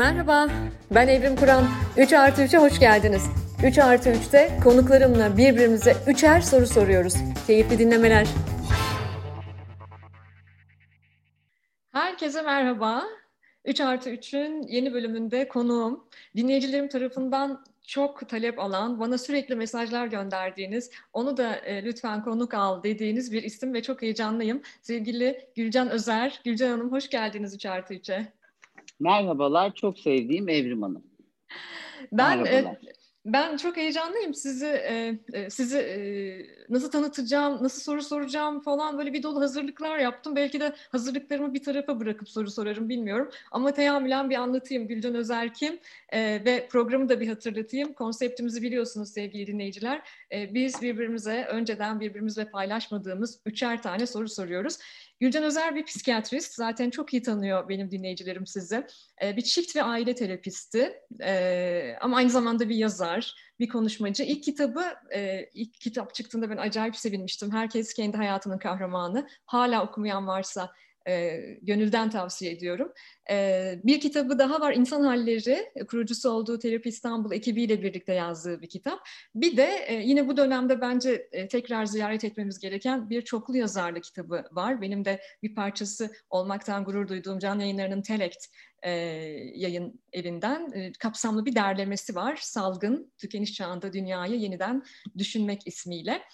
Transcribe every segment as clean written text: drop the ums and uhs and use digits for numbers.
Merhaba, ben Evrim Kur'an. 3 artı 3'e hoş geldiniz. 3 artı 3'te konuklarımla birbirimize üçer soru soruyoruz. Keyifli dinlemeler. Herkese merhaba. 3 artı 3'ün yeni bölümünde konuğum. Dinleyicilerim tarafından çok talep alan, bana sürekli mesajlar gönderdiğiniz, onu da lütfen konuk al dediğiniz bir isim ve çok heyecanlıyım. Sevgili Gülcan Özer. Gülcan Hanım hoş geldiniz 3 artı 3'e. Merhabalar, çok sevdiğim Evrim Hanım. Ben Merhabalar. ben çok heyecanlıyım. Sizi nasıl tanıtacağım, nasıl soru soracağım falan böyle bir dolu hazırlıklar yaptım. Belki de hazırlıklarımı bir tarafa bırakıp soru sorarım bilmiyorum. Ama teamülen bir anlatayım. Gülcan Özer kim? Ve programı da bir hatırlatayım. Konseptimizi biliyorsunuz sevgili dinleyiciler. Biz önceden birbirimizle paylaşmadığımız üçer tane soru soruyoruz. Gülcan Özer bir psikiyatrist. Zaten çok iyi tanıyor benim dinleyicilerim sizi. Bir çift ve aile terapisti. Ama aynı zamanda bir yazar, bir konuşmacı. İlk kitap çıktığında ben acayip sevinmiştim. Herkes kendi hayatının kahramanı. Hala okumayan varsa gönülden tavsiye ediyorum. Bir kitabı daha var, İnsan Halleri, kurucusu olduğu Terapi İstanbul ekibiyle birlikte yazdığı bir kitap. Bir de yine bu dönemde bence tekrar ziyaret etmemiz gereken bir çoklu yazarlık kitabı var. Benim de bir parçası olmaktan gurur duyduğum Can Yayınları'nın Telekt yayın evinden kapsamlı bir derlemesi var. Salgın, Tükeniş Çağında Dünyayı Yeniden Düşünmek ismiyle.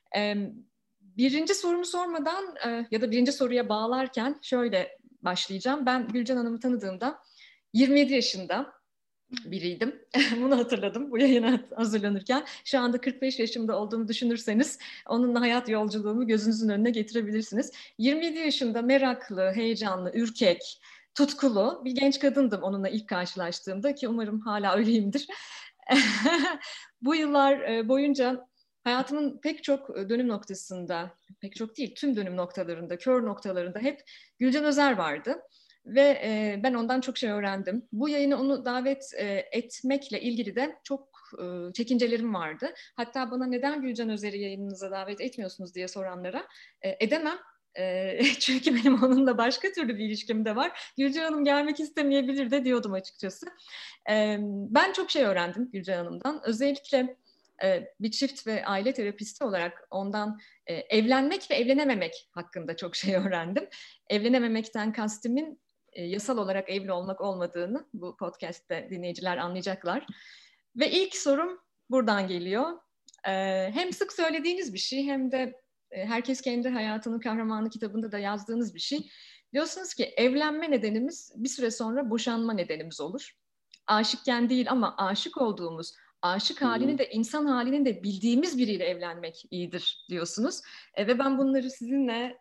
Birinci sorumu sormadan ya da birinci soruya bağlarken şöyle başlayacağım. Ben Gülcan Hanım'ı tanıdığımda 27 yaşında biriydim. Bunu hatırladım bu yayına hazırlanırken. Şu anda 45 yaşımda olduğumu düşünürseniz onunla hayat yolculuğumu gözünüzün önüne getirebilirsiniz. 27 yaşında meraklı, heyecanlı, ürkek, tutkulu bir genç kadındım onunla ilk karşılaştığımda ki umarım hala öyleyimdir. Bu yıllar boyunca hayatımın pek çok dönüm noktasında, pek çok değil tüm dönüm noktalarında, kör noktalarında hep Gülcan Özer vardı. Ve ben ondan çok şey öğrendim. Bu yayını onu davet etmekle ilgili de çok çekincelerim vardı. Hatta bana neden Gülcan Özer'i yayınınıza davet etmiyorsunuz diye soranlara edemem. Çünkü benim onunla başka türlü bir ilişkim de var. Gülcan Hanım gelmek istemeyebilir de diyordum açıkçası. Ben çok şey öğrendim Gülcan Hanım'dan. Özellikle bir çift ve aile terapisti olarak ondan evlenmek ve evlenememek hakkında çok şey öğrendim. Evlenememekten kastimin yasal olarak evli olmak olmadığını bu podcast'te dinleyiciler anlayacaklar. Ve ilk sorum buradan geliyor. Hem sık söylediğiniz bir şey hem de Herkes Kendi Hayatının Kahramanı kitabında da yazdığınız bir şey. Diyorsunuz ki evlenme nedenimiz bir süre sonra boşanma nedenimiz olur. Aşıkken değil ama aşık olduğumuz, aşık halini de insan halini de bildiğimiz biriyle evlenmek iyidir diyorsunuz. Ve ben bunları sizinle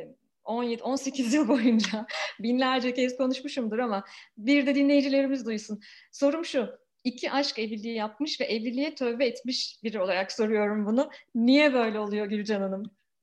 17-18 yıl boyunca binlerce kez konuşmuşumdur ama bir de dinleyicilerimiz duysun. Sorum şu, 2 aşk evliliği yapmış ve evliliğe tövbe etmiş biri olarak soruyorum bunu. Niye böyle oluyor Gülcan Hanım?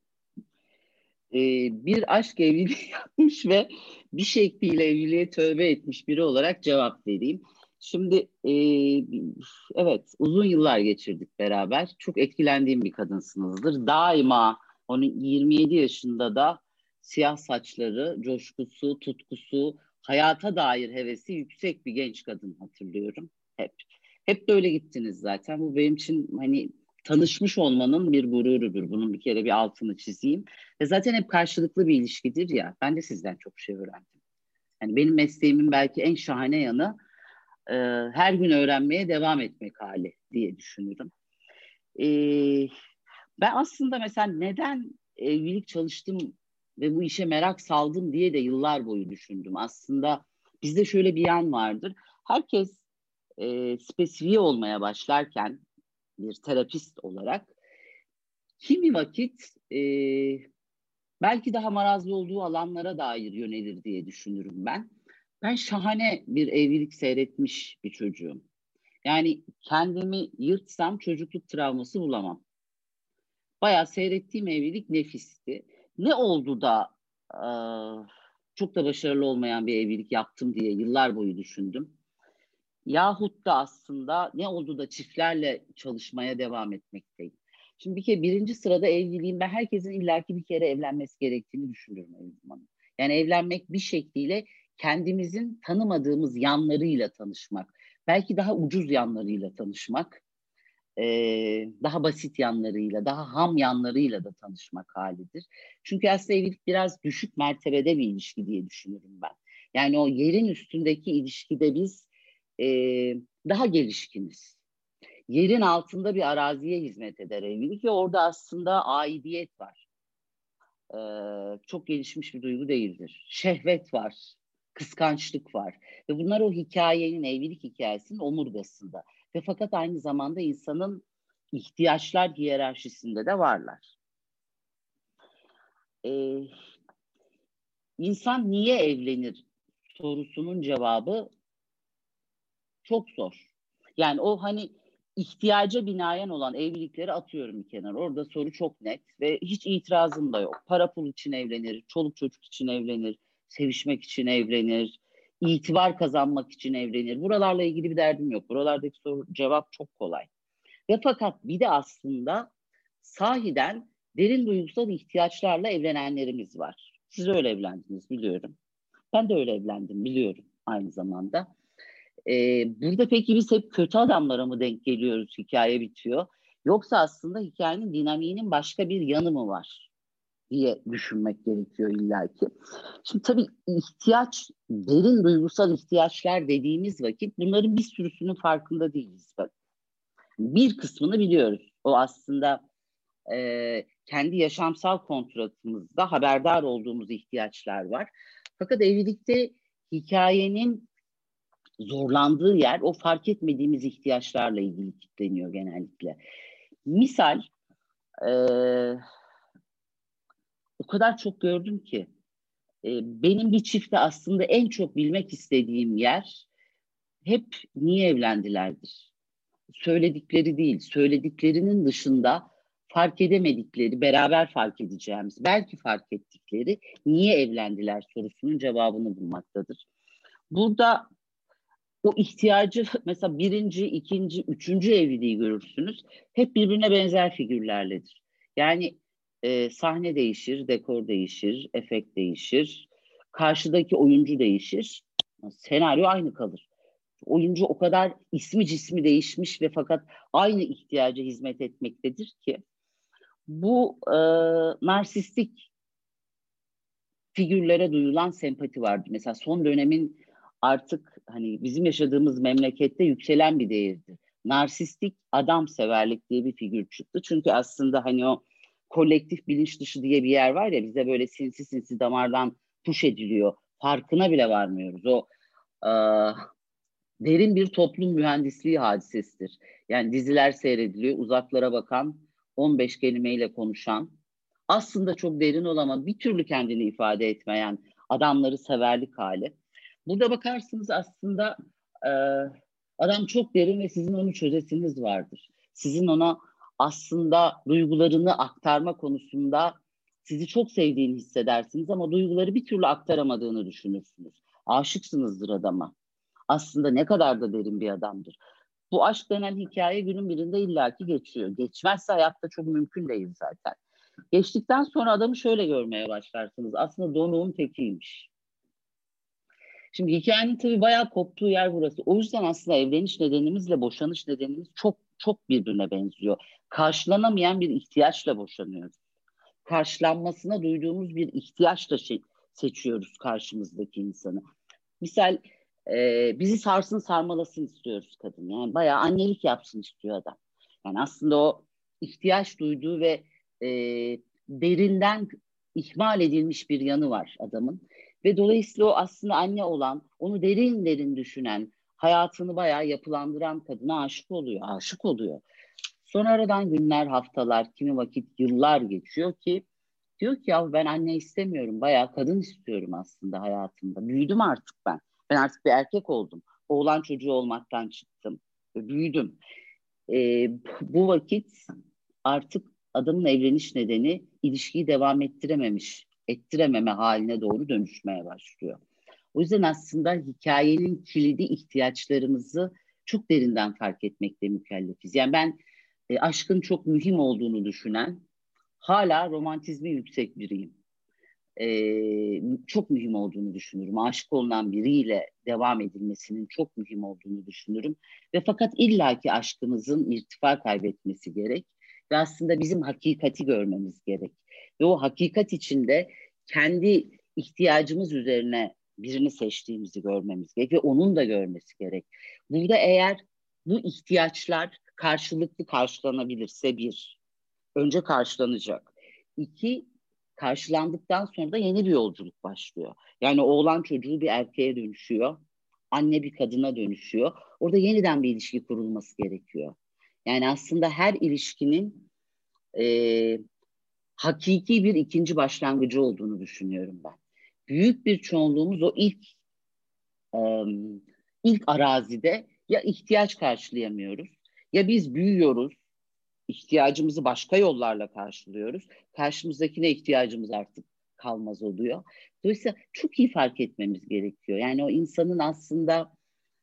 Bir aşk evliliği yapmış ve bir şekliyle evliliğe tövbe etmiş biri olarak cevap vereyim. Şimdi evet uzun yıllar geçirdik beraber. Çok etkilendiğim bir kadınsınızdır. Daima onun 27 yaşında da siyah saçları, coşkusu, tutkusu, hayata dair hevesi yüksek bir genç kadın hatırlıyorum. Hep. Hep böyle gittiniz zaten. Bu benim için hani tanışmış olmanın bir gururudur. Bunun bir kere bir altını çizeyim. Ve zaten hep karşılıklı bir ilişkidir ya. Ben de sizden çok şey öğrendim. Yani benim mesleğimin belki en şahane yanı e, her gün öğrenmeye devam etmek hali diye düşünürüm. E, Ben aslında mesela neden evlilik çalıştım ve bu işe merak saldım diye de yıllar boyu düşündüm. Aslında bizde şöyle bir yan vardır. Herkes spesifiye olmaya başlarken bir terapist olarak kimi vakit belki daha marazlı olduğu alanlara dair yönelir diye düşünürüm ben. Ben şahane bir evlilik seyretmiş bir çocuğum. Yani kendimi yırtsam çocukluk travması bulamam. Bayağı seyrettiğim evlilik nefisti. Ne oldu da e, çok da başarılı olmayan bir evlilik yaptım diye yıllar boyu düşündüm. Yahut da aslında ne oldu da çiftlerle çalışmaya devam etmekteyim. Şimdi bir kere birinci sırada evliliğin ben herkesin illaki bir kere evlenmesi gerektiğini düşünüyorum Evrim Hanım. Yani evlenmek bir şekliyle kendimizin tanımadığımız yanlarıyla tanışmak, belki daha ucuz yanlarıyla tanışmak, daha basit yanlarıyla, daha ham yanlarıyla da tanışmak halidir. Çünkü aslında evlilik biraz düşük mertebede bir ilişki diye düşünürüm ben. Yani o yerin üstündeki ilişkide biz e, daha gelişkiniz. Yerin altında bir araziye hizmet eder evlilik ve orada aslında aidiyet var. Çok gelişmiş bir duygu değildir. Şehvet var, kıskançlık var ve bunlar o hikayenin, evlilik hikayesinin omurgasında. Ve fakat aynı zamanda insanın ihtiyaçlar hiyerarşisinde de varlar. Ee, insan niye evlenir sorusunun cevabı çok zor. Yani o hani ihtiyaca binaen olan evlilikleri atıyorum bir kenara. Orada soru çok net ve hiç itirazım da yok. Para pul için evlenir, çoluk çocuk için evlenir, sevişmek için evlenir, itibar kazanmak için evlenir. Buralarla ilgili bir derdim yok. Buralardaki soru cevap çok kolay. Ve fakat bir de aslında sahiden derin duygusal ihtiyaçlarla evlenenlerimiz var. Siz öyle evlendiniz biliyorum. Ben de öyle evlendim biliyorum aynı zamanda. Burada peki biz hep kötü adamlara mı denk geliyoruz, hikaye bitiyor? Yoksa aslında hikayenin dinamiğinin başka bir yanı mı var diye düşünmek gerekiyor illaki. Şimdi tabii ihtiyaç, derin duygusal ihtiyaçlar dediğimiz vakit bunların bir sürüsünün farkında değiliz. Bak, bir kısmını biliyoruz. O aslında kendi yaşamsal kontratımızda haberdar olduğumuz ihtiyaçlar var. Fakat evlilikte hikayenin zorlandığı yer o fark etmediğimiz ihtiyaçlarla ilgili kilitleniyor genellikle. Misal e, o kadar çok gördüm ki benim bir çifte aslında en çok bilmek istediğim yer hep niye evlendilerdir. Söyledikleri değil, söylediklerinin dışında fark edemedikleri, beraber fark edeceğimiz, belki fark ettikleri niye evlendiler sorusunun cevabını bulmaktadır. Burada o ihtiyacı mesela birinci, ikinci, üçüncü evliliği görürsünüz. Hep birbirine benzer figürlerledir. Yani sahne değişir, dekor değişir, efekt değişir. Karşıdaki oyuncu değişir. Senaryo aynı kalır. Oyuncu o kadar ismi cismi değişmiş ve fakat aynı ihtiyaca hizmet etmektedir ki bu narsistik figürlere duyulan sempati vardı. Mesela son dönemin artık hani bizim yaşadığımız memlekette yükselen bir değerdi. Narsistik adamseverlik diye bir figür çıktı. Çünkü aslında hani o kolektif bilinç dışı diye bir yer var ya bize böyle sinsi sinsi damardan push ediliyor. Farkına bile varmıyoruz. O e, derin bir toplum mühendisliği hadisesidir. Yani diziler seyrediliyor, uzaklara bakan, 15 kelimeyle konuşan, aslında çok derin olan ama bir türlü kendini ifade etmeyen adamları severlik hali. Burada bakarsınız aslında e, adam çok derin ve sizin onu çözesiniz vardır. Sizin ona aslında duygularını aktarma konusunda sizi çok sevdiğini hissedersiniz ama duyguları bir türlü aktaramadığını düşünürsünüz. Aşıksınızdır adama. Aslında ne kadar da derin bir adamdır. Bu aşk denen hikaye günün birinde illaki geçiyor. Geçmezse hayatta çok mümkün değil zaten. Geçtikten sonra adamı şöyle görmeye başlarsınız. Aslında donuğun tekiymiş. Şimdi hikayenin tabii bayağı koptuğu yer burası. O yüzden aslında evleniş nedenimizle boşanış nedenimiz çok çok birbirine benziyor. Karşılanamayan bir ihtiyaçla boşanıyoruz. Karşılanmasına duyduğumuz bir ihtiyaçla seçiyoruz karşımızdaki insanı. Misal bizi sarsın sarmalasın istiyoruz kadın. Yani bayağı annelik yapsın istiyor adam. Yani aslında o ihtiyaç duyduğu ve e, derinden ihmal edilmiş bir yanı var adamın. Ve dolayısıyla o aslında anne olan, onu derin derin düşünen, hayatını bayağı yapılandıran kadına aşık oluyor. Aşık oluyor. Sonra aradan günler, haftalar, kimi vakit yıllar geçiyor ki diyor ki ya ben anne istemiyorum. Bayağı kadın istiyorum aslında hayatımda. Büyüdüm artık ben. Ben artık bir erkek oldum. Oğlan çocuğu olmaktan çıktım. Büyüdüm. Bu vakit artık adamın evleniş nedeni ilişkiyi devam ettirememe haline doğru dönüşmeye başlıyor. O yüzden aslında hikayenin kilidi ihtiyaçlarımızı çok derinden fark etmekle mükellefiz. Yani ben aşkın çok mühim olduğunu düşünen, hala romantizmi yüksek biriyim. çok mühim olduğunu düşünürüm. Aşık olunan biriyle devam edilmesinin çok mühim olduğunu düşünürüm. Ve fakat illaki aşkımızın irtifa kaybetmesi gerek. Ve aslında bizim hakikati görmemiz gerek. Ve o hakikat içinde kendi ihtiyacımız üzerine birini seçtiğimizi görmemiz gerek. Ve onun da görmesi gerek. Burada eğer bu ihtiyaçlar karşılıklı karşılanabilirse önce karşılanacak. İki, karşılandıktan sonra da yeni bir yolculuk başlıyor. Yani oğlan çocuğu bir erkeğe dönüşüyor. Anne bir kadına dönüşüyor. Orada yeniden bir ilişki kurulması gerekiyor. Yani aslında her ilişkinin hakiki bir ikinci başlangıcı olduğunu düşünüyorum ben. Büyük bir çoğunluğumuz o ilk arazide ya ihtiyaç karşılayamıyoruz ya biz büyüyoruz, ihtiyacımızı başka yollarla karşılıyoruz. Karşımızdakine ihtiyacımız artık kalmaz oluyor. Dolayısıyla çok iyi fark etmemiz gerekiyor. Yani o insanın aslında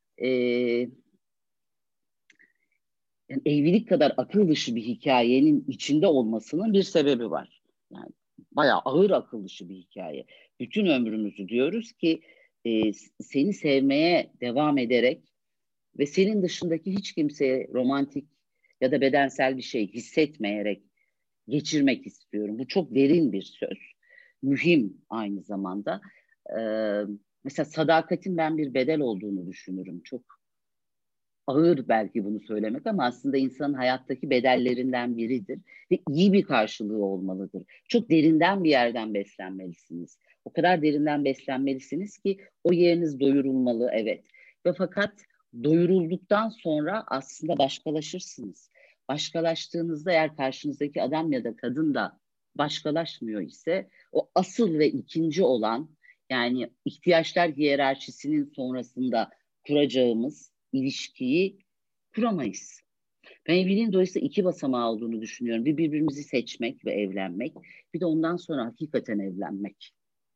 yani evlilik kadar akıl dışı bir hikayenin içinde olmasının bir sebebi var. Yani bayağı ağır akıl dışı bir hikaye. Bütün ömrümüzü diyoruz ki seni sevmeye devam ederek ve senin dışındaki hiç kimseye romantik ya da bedensel bir şey hissetmeyerek geçirmek istiyorum. Bu çok derin bir söz. Mühim aynı zamanda. Mesela sadakatin ben bir bedel olduğunu düşünürüm. Çok ağır belki bunu söylemek ama aslında insanın hayattaki bedellerinden biridir. Ve iyi bir karşılığı olmalıdır. Çok derinden bir yerden beslenmelisiniz. O kadar derinden beslenmelisiniz ki o yeriniz doyurulmalı, evet. Ve fakat doyurulduktan sonra aslında başkalaşırsınız. Başkalaştığınızda eğer karşınızdaki adam ya da kadın da başkalaşmıyor ise o asıl ve ikinci olan yani ihtiyaçlar hiyerarşisinin sonrasında kuracağımız ilişkiyi kuramayız. Ben evliliğin dolayısıyla iki basamağı olduğunu düşünüyorum. Bir birbirimizi seçmek ve evlenmek. Bir de ondan sonra hakikaten evlenmek.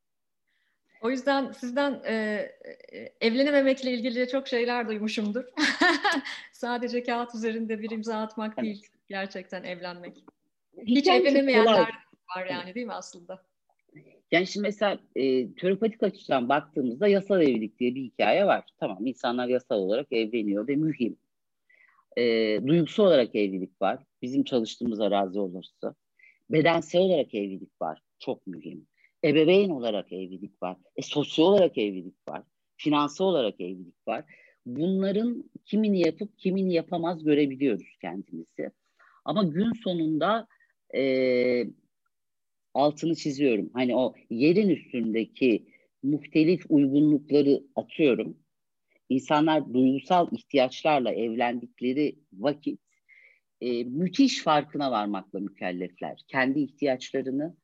O yüzden sizden evlenememekle ilgili çok şeyler duymuşumdur. Sadece kağıt üzerinde bir imza atmak değil, Evet. gerçekten evlenmek. Hiç Hikaye çok kolay. evlenemeyenler var Evet. yani, değil mi aslında? Yani şimdi mesela teopatik açıdan baktığımızda yasal evlilik diye bir hikaye var. Tamam, insanlar yasal olarak evleniyor ve mühim. Duygusal olarak evlilik var. Bizim çalıştığımız arazi olursa. Bedensel olarak evlilik var. Çok mühim. Ebeveyn olarak evlilik var. Sosyal olarak evlilik var. Finansal olarak evlilik var. Bunların kimini yapıp kimini yapamaz görebiliyoruz kendimizi. Ama gün sonunda e, altını çiziyorum. Hani o yerin üstündeki muhtelif uygunlukları atıyorum. İnsanlar duygusal ihtiyaçlarla evlendikleri vakit müthiş farkına varmakla mükellefler. Kendi ihtiyaçlarını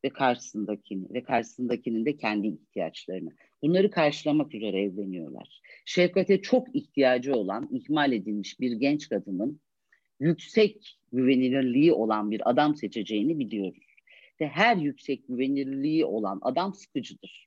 ve karşısındakinin de kendi ihtiyaçlarını. Bunları karşılamak üzere evleniyorlar. Şefkate çok ihtiyacı olan, ihmal edilmiş bir genç kadının yüksek güvenilirliği olan bir adam seçeceğini biliyoruz. Ve her yüksek güvenilirliği olan adam sıkıcıdır.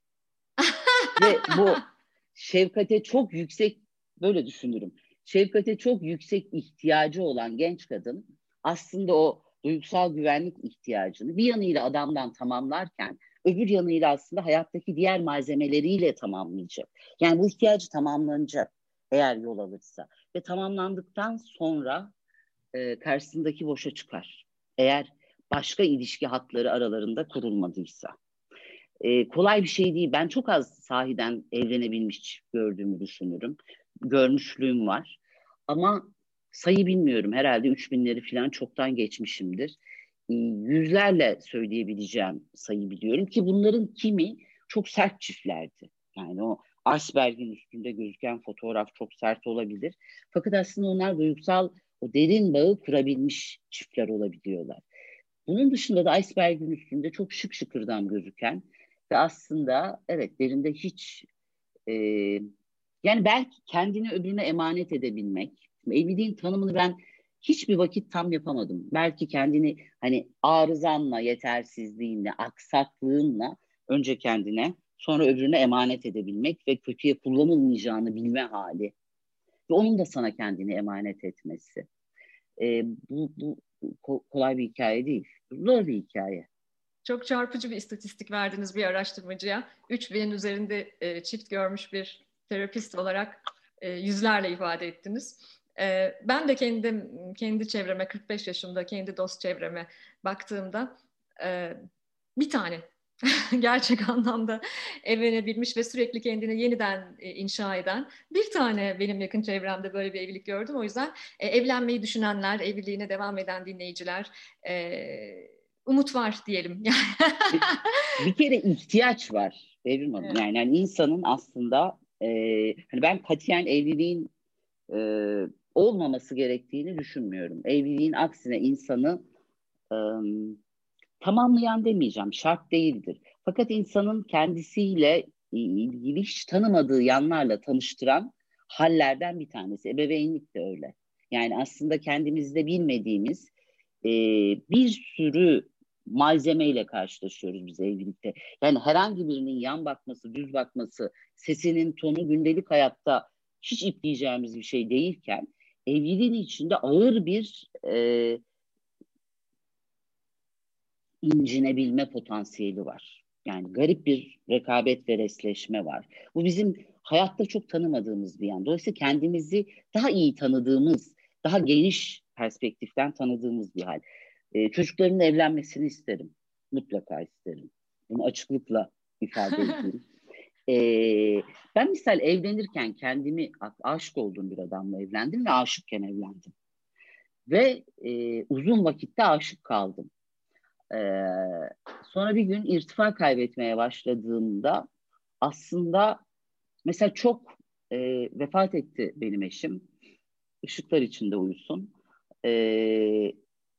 Ve bu şefkate çok yüksek, böyle düşünürüm. Şefkate çok yüksek ihtiyacı olan genç kadın aslında o duygusal güvenlik ihtiyacını bir yanıyla adamdan tamamlarken öbür yanıyla aslında hayattaki diğer malzemeleriyle tamamlayacak. Yani bu ihtiyacı tamamlanacak eğer yol alırsa. Ve tamamlandıktan sonra karşısındaki boşa çıkar. Eğer başka ilişki hatları aralarında kurulmadıysa. Kolay bir şey değil. Ben çok az sahiden evlenebilmiş çift gördüğümü düşünürüm. Görmüşlüğüm var. Ama sayı bilmiyorum. Herhalde 3000'leri falan çoktan geçmişimdir. Yüzlerle söyleyebileceğim sayı biliyorum ki bunların kimi çok sert çiftlerdi. Yani o iceberg'in üstünde gözüken fotoğraf çok sert olabilir. Fakat aslında onlar duygusal o derin bağı kurabilmiş çiftler olabiliyorlar. Bunun dışında da iceberg'in üstünde çok şık şıkırdan gözüken ve aslında evet derinde hiç e, yani belki kendini öbürüne emanet edebilmek. Evliliğin tanımını ben hiçbir vakit tam yapamadım. Belki kendini hani arızanla, yetersizliğinle, aksaklığınla önce kendine sonra öbürüne emanet edebilmek ve kötüye kullanılmayacağını bilme hali. Ve onun da sana kendini emanet etmesi. Bu kolay bir hikaye değil. Zor bir hikaye. Çok çarpıcı bir istatistik verdiniz bir araştırmacıya. 3 binin üzerinde çift görmüş bir terapist olarak yüzlerle ifade ettiniz. Ben de kendi çevreme, 45 yaşımda kendi dost çevreme baktığımda bir tane gerçek anlamda evlenebilmiş ve sürekli kendini yeniden inşa eden bir tane benim yakın çevremde böyle bir evlilik gördüm. O yüzden evlenmeyi düşünenler, evliliğine devam eden dinleyiciler, umut var diyelim. Bir, bir kere ihtiyaç var Evrim Hanım. Evet. Yani insanın aslında hani ben katiyen evliliğin e, olmaması gerektiğini düşünmüyorum. Evliliğin aksine insanı e, tamamlayan demeyeceğim, şart değildir. Fakat insanın kendisiyle ilgili hiç tanımadığı yanlarla tanıştıran hallerden bir tanesi. Ebeveynlik de öyle. Yani aslında kendimizde bilmediğimiz e, bir sürü malzemeyle karşılaşıyoruz biz evlilikte. Yani herhangi birinin yan bakması, düz bakması, sesinin tonu gündelik hayatta hiç ipleyeceğimiz bir şey değilken evliliğin içinde ağır bir incinebilme potansiyeli var. Yani garip bir rekabet ve resleşme var. Bu bizim hayatta çok tanımadığımız bir yan. Dolayısıyla kendimizi daha iyi tanıdığımız, daha geniş perspektiften tanıdığımız bir hal. Çocukların evlenmesini isterim. Mutlaka isterim. Bunu açıklıkla ifade edeyim. Ben misal evlenirken kendimi aşık olduğum bir adamla evlendim ve aşıkken evlendim. Ve uzun vakitte aşık kaldım. Ee, Sonra bir gün irtifa kaybetmeye başladığımda aslında mesela çok vefat etti benim eşim. Işıklar içinde uyusun. Ee,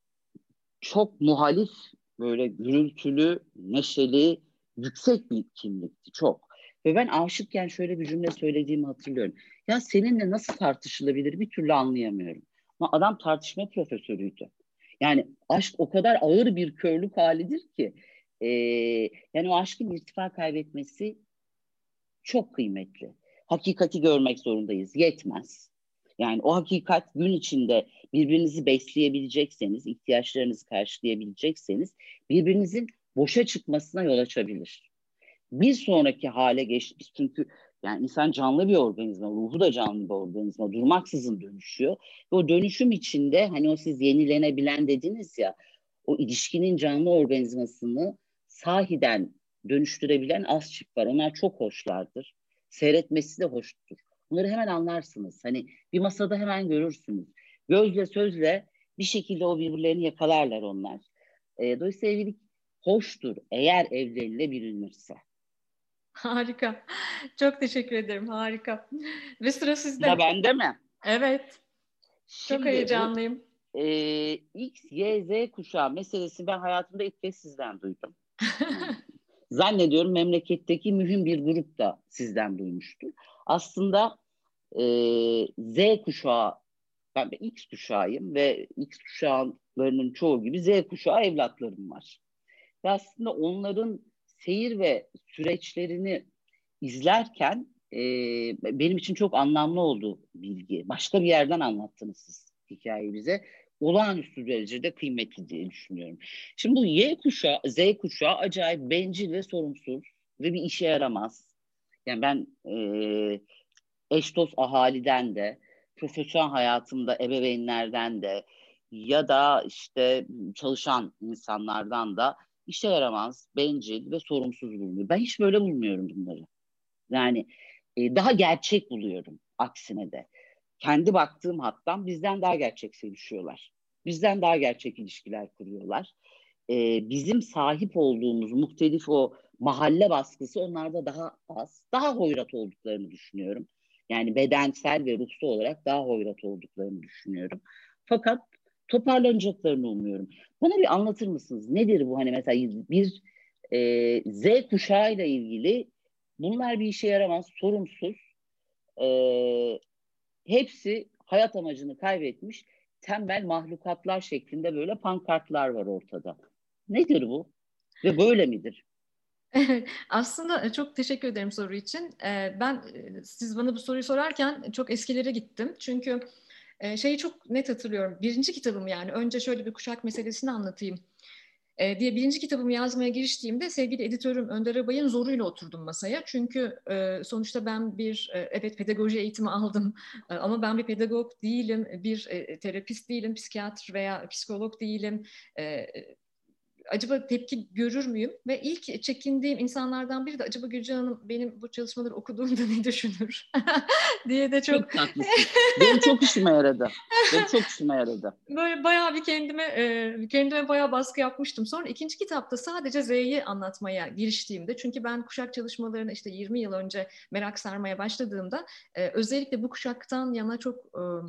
Çok muhalif, böyle gürültülü, neşeli, yüksek bir kimlikti çok. Ve ben aşıkken şöyle bir cümle söylediğimi hatırlıyorum. Ya seninle nasıl tartışılabilir bir türlü anlayamıyorum. Ama adam tartışma profesörüydü. Yani aşk o kadar ağır bir körlük halidir ki. e, Yani o aşkın irtifa kaybetmesi çok kıymetli. Hakikati görmek zorundayız. Yetmez. Yani o hakikat gün içinde birbirinizi besleyebilecekseniz, ihtiyaçlarınızı karşılayabilecekseniz birbirinizin boşa çıkmasına yol açabilir. Bir sonraki hale geçtik. Çünkü yani insan canlı bir organizma, ruhu da canlı bir organizma. Durmaksızın dönüşüyor. Ve o dönüşüm içinde hani o siz yenilenebilen dediniz ya, o ilişkinin canlı organizmasını sahiden dönüştürebilen az çift var. Onlar çok hoşlardır. Seyretmesi de hoştur. Bunları hemen anlarsınız. Hani bir masada hemen görürsünüz. Gözle sözle bir şekilde o birbirlerini yakalarlar onlar. Dolayısıyla evlilik hoştur eğer evlenilebilirse. Harika. Çok teşekkür ederim. Harika. Ve sıra Sıra sizde. bende mi? Evet. Çok Şimdi bu heyecanlıyım. X, Y, Z kuşağı meselesi ben hayatımda ilk kez sizden duydum. Yani zannediyorum memleketteki mühim bir grup da sizden duymuştur. Aslında Z kuşağı, ben de X kuşağıyım ve X kuşağlarının çoğu gibi Z kuşağı evlatlarım var. Ve aslında onların seyir ve süreçlerini izlerken benim için çok anlamlı oldu bilgi. Başka bir yerden anlattınız siz hikayeyi bize. Olağanüstü derecede kıymetli diye düşünüyorum. Şimdi bu Y kuşağı, Z kuşağı acayip bencil ve sorumsuz ve bir işe yaramaz. Yani ben eş dost ahaliden de, profesyonel hayatımda ebeveynlerden de ya da işte çalışan insanlardan da işe yaramaz, bencil ve sorumsuz bulunuyor. Ben hiç böyle bulmuyorum bunları. Yani daha gerçek buluyorum aksine de. Kendi baktığım hattan bizden daha gerçek sevişiyorlar. Bizden daha gerçek ilişkiler kuruyorlar. Bizim sahip olduğumuz muhtelif o mahalle baskısı onlarda daha az. Daha hoyrat olduklarını düşünüyorum. Yani bedensel ve ruhsal olarak daha hoyrat olduklarını düşünüyorum. Fakat toparlanacaklarını umuyorum. Bana bir anlatır mısınız? Nedir bu hani mesela bir Z kuşağıyla ilgili bunlar bir işe yaramaz, sorumsuz. E, Hepsi hayat amacını kaybetmiş tembel mahlukatlar şeklinde böyle pankartlar var ortada. Nedir bu? Ve böyle midir? Aslında çok teşekkür ederim soru için. Ben siz bana bu soruyu sorarken çok eskilere gittim. Çünkü şeyi çok net hatırlıyorum. Birinci kitabım yani. Önce şöyle bir kuşak meselesini anlatayım. diye birinci kitabımı yazmaya giriştiğimde sevgili editörüm Önder Abay'ın zoruyla oturdum masaya. Çünkü sonuçta ben evet pedagoji eğitimi aldım ama ben bir pedagog değilim, bir terapist değilim, psikiyatr veya psikolog değilim. E, Acaba tepki görür müyüm? Ve ilk çekindiğim insanlardan biri de acaba Gülcan Hanım benim bu çalışmaları okuduğumda ne düşünür diye de çok Çok tatlısın. Benim çok işime yaradı. Benim çok işime yaradı. böyle bayağı bir kendime bayağı baskı yapmıştım. Sonra ikinci kitapta sadece Z'yi anlatmaya giriştiğimde, çünkü ben kuşak çalışmalarını işte 20 yıl önce merak sarmaya başladığımda özellikle bu kuşaktan yana çok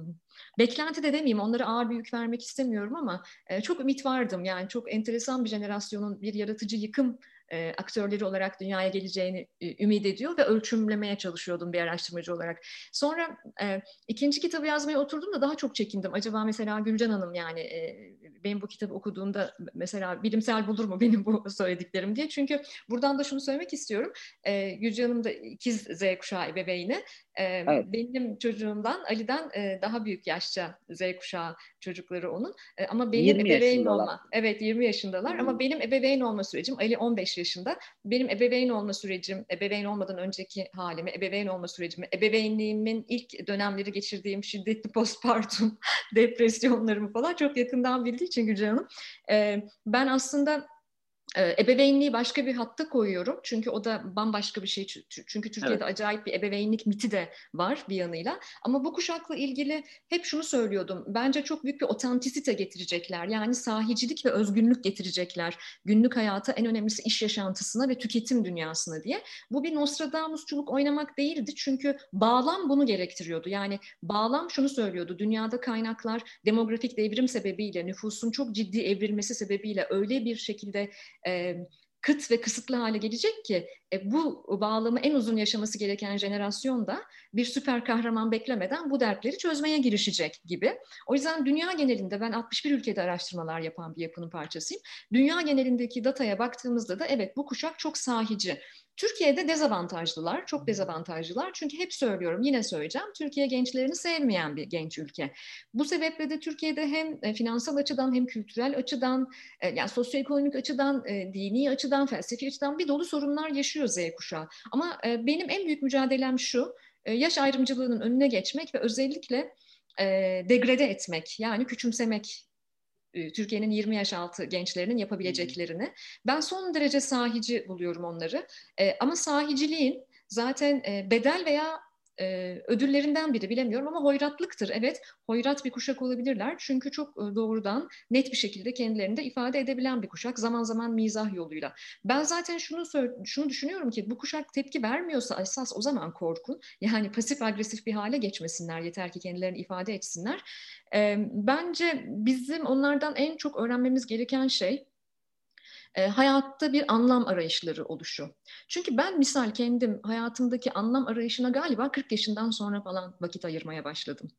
beklenti de demeyeyim, onlara ağır bir yük vermek istemiyorum ama çok ümit vardım. Yani çok enteresan bir jenerasyonun bir yaratıcı yıkım aktörleri olarak dünyaya geleceğini ümit ediyor ve ölçümlemeye çalışıyordum bir araştırmacı olarak. Sonra ikinci kitabı yazmaya oturduğumda daha çok çekindim. Acaba mesela Gülcan Hanım yani benim bu kitabı okuduğumda mesela bilimsel bulur mu benim bu söylediklerim diye. Çünkü buradan da şunu söylemek istiyorum. Gülcan Hanım da ikiz Z kuşağı ebeveyni. Evet. Benim çocuğumdan, Ali'den daha büyük yaşça Z kuşağı çocukları onun. Ama benim 20 ebeveyn yaşındalar. olma, evet 20 yaşındalar ama benim ebeveyn olma sürecim, Ali 15 yaşında. Benim ebeveyn olma sürecim, ebeveyn olmadan önceki halimi, ebeveyn olma sürecimi, ebeveynliğimin ilk dönemleri geçirdiğim şiddetli postpartum depresyonlarımı falan çok yakından bildiği için Gülcan Hanım. Ben aslında ebeveynliği başka bir hatta koyuyorum. Çünkü o da bambaşka bir şey. Çünkü Türkiye'de Evet. acayip bir ebeveynlik miti de var bir yanıyla. Ama bu kuşakla ilgili hep şunu söylüyordum. Bence çok büyük bir otantisite getirecekler. Yani sahicilik ve özgünlük getirecekler. Günlük hayata, en önemlisi iş yaşantısına ve tüketim dünyasına diye. Bu bir Nostradamusçuluk oynamak değildi. Çünkü bağlam bunu gerektiriyordu. Yani bağlam şunu söylüyordu. Dünyada kaynaklar demografik devrim sebebiyle, nüfusun çok ciddi evrilmesi sebebiyle öyle bir şekilde kıt ve kısıtlı hale gelecek ki bu bağlamı en uzun yaşaması gereken jenerasyon da bir süper kahraman beklemeden bu dertleri çözmeye girişecek gibi. O yüzden dünya genelinde, ben 61 ülkede araştırmalar yapan bir yapının parçasıyım. Dünya genelindeki dataya baktığımızda da evet bu kuşak çok sahici. Türkiye'de dezavantajlılar, çok dezavantajlılar. Çünkü hep söylüyorum, yine söyleyeceğim. Türkiye gençlerini sevmeyen bir genç ülke. Bu sebeple de Türkiye'de hem finansal açıdan hem kültürel açıdan, yani sosyoekonomik açıdan, dini açıdan, felsefi açıdan bir dolu sorunlar yaşıyor Z kuşağı. Ama benim en büyük mücadelem şu, yaş ayrımcılığının önüne geçmek ve özellikle degrade etmek, yani küçümsemek Türkiye'nin 20 yaş altı gençlerinin yapabileceklerini. Ben son derece sahici buluyorum onları. Ama sahiciliğin zaten bedel veya ödüllerinden biri, bilemiyorum ama hoyratlıktır. Evet, hoyrat bir kuşak olabilirler. Çünkü çok doğrudan, net bir şekilde kendilerini de ifade edebilen bir kuşak. Zaman zaman mizah yoluyla. Ben zaten şunu düşünüyorum ki bu kuşak tepki vermiyorsa esas o zaman korkun. Yani pasif agresif bir hale geçmesinler. Yeter ki kendilerini ifade etsinler. Bence bizim onlardan en çok öğrenmemiz gereken şey hayatta bir anlam arayışları oluşu. Çünkü ben misal kendim hayatımdaki anlam arayışına galiba 40 yaşından sonra falan vakit ayırmaya başladım.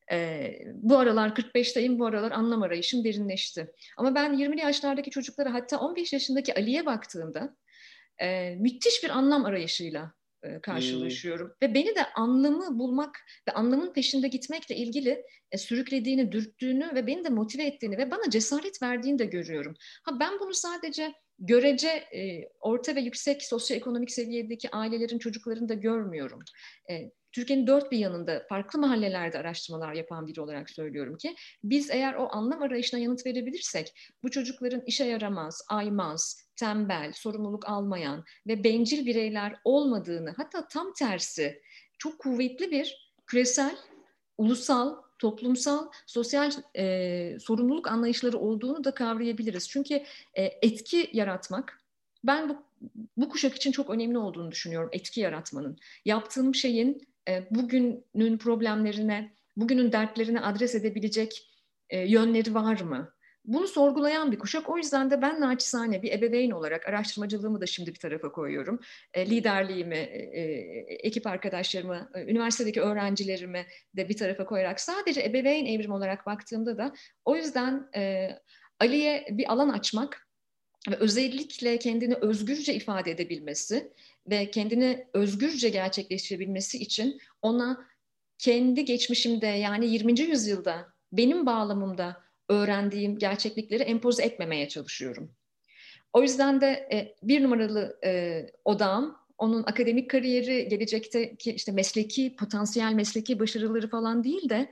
Bu aralar 45'teyim, bu aralar anlam arayışım derinleşti. Ama ben 20'li yaşlardaki çocuklara, hatta 15 yaşındaki Ali'ye baktığımda müthiş bir anlam arayışıyla Hmm. karşılaşıyorum. Ve beni de anlamı bulmak ve anlamın peşinde gitmekle ilgili sürüklediğini, dürttüğünü ve beni de motive ettiğini ve bana cesaret verdiğini de görüyorum. Ha, ben bunu sadece görece orta ve yüksek sosyoekonomik seviyedeki ailelerin çocuklarını da görmüyorum. Türkiye'nin dört bir yanında farklı mahallelerde araştırmalar yapan biri olarak söylüyorum ki biz eğer o anlam arayışına yanıt verebilirsek bu çocukların işe yaramaz, aymaz, tembel, sorumluluk almayan ve bencil bireyler olmadığını, hatta tam tersi çok kuvvetli bir küresel, ulusal, toplumsal, sosyal sorumluluk anlayışları olduğunu da kavrayabiliriz. Çünkü etki yaratmak, ben bu kuşak için çok önemli olduğunu düşünüyorum, etki yaratmanın. Yaptığım şeyin bugünün problemlerine, bugünün dertlerine adres edebilecek yönleri var mı? Bunu sorgulayan bir kuşak. O yüzden de ben naçizane bir ebeveyn olarak araştırmacılığımı da şimdi bir tarafa koyuyorum. Liderliğimi, ekip arkadaşlarımı, üniversitedeki öğrencilerimi de bir tarafa koyarak sadece ebeveyn evrimi olarak baktığımda da o yüzden Ali'ye bir alan açmak ve özellikle kendini özgürce ifade edebilmesi ve kendini özgürce gerçekleştirebilmesi için ona kendi geçmişimde, yani 20. yüzyılda benim bağlamımda öğrendiğim gerçeklikleri empoze etmemeye çalışıyorum. O yüzden de bir numaralı odağım onun akademik kariyeri, gelecekteki işte mesleki, potansiyel mesleki başarıları falan değil de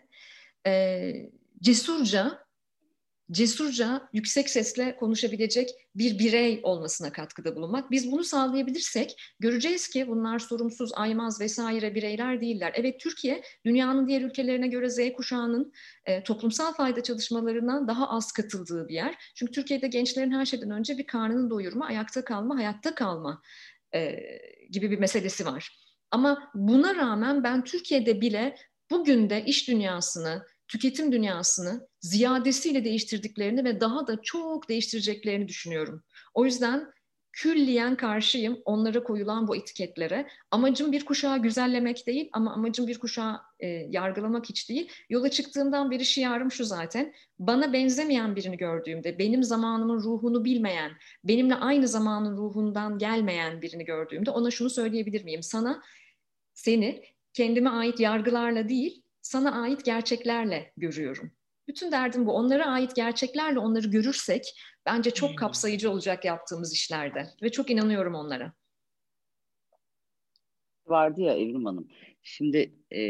cesurca yüksek sesle konuşabilecek bir birey olmasına katkıda bulunmak. Biz bunu sağlayabilirsek göreceğiz ki bunlar sorumsuz, aymaz vesaire bireyler değiller. Evet, Türkiye dünyanın diğer ülkelerine göre Z kuşağının toplumsal fayda çalışmalarına daha az katıldığı bir yer. Çünkü Türkiye'de gençlerin her şeyden önce bir karnını doyurma, ayakta kalma, hayatta kalma gibi bir meselesi var. Ama buna rağmen ben Türkiye'de bile bugün de iş dünyasını, tüketim dünyasını ziyadesiyle değiştirdiklerini ve daha da çok değiştireceklerini düşünüyorum. O yüzden külliyen karşıyım onlara koyulan bu etiketlere. Amacım bir kuşağı güzellemek değil ama amacım bir kuşağı yargılamak hiç değil. Yola çıktığımdan beri şiarım şu zaten. Bana benzemeyen birini gördüğümde, benim zamanımın ruhunu bilmeyen, benimle aynı zamanın ruhundan gelmeyen birini gördüğümde ona şunu söyleyebilir miyim? Seni kendime ait yargılarla değil, sana ait gerçeklerle görüyorum. Bütün derdim bu. Onlara ait gerçeklerle onları görürsek bence çok kapsayıcı olacak yaptığımız işlerde ve çok inanıyorum onlara. Vardı ya Evrim Hanım. Şimdi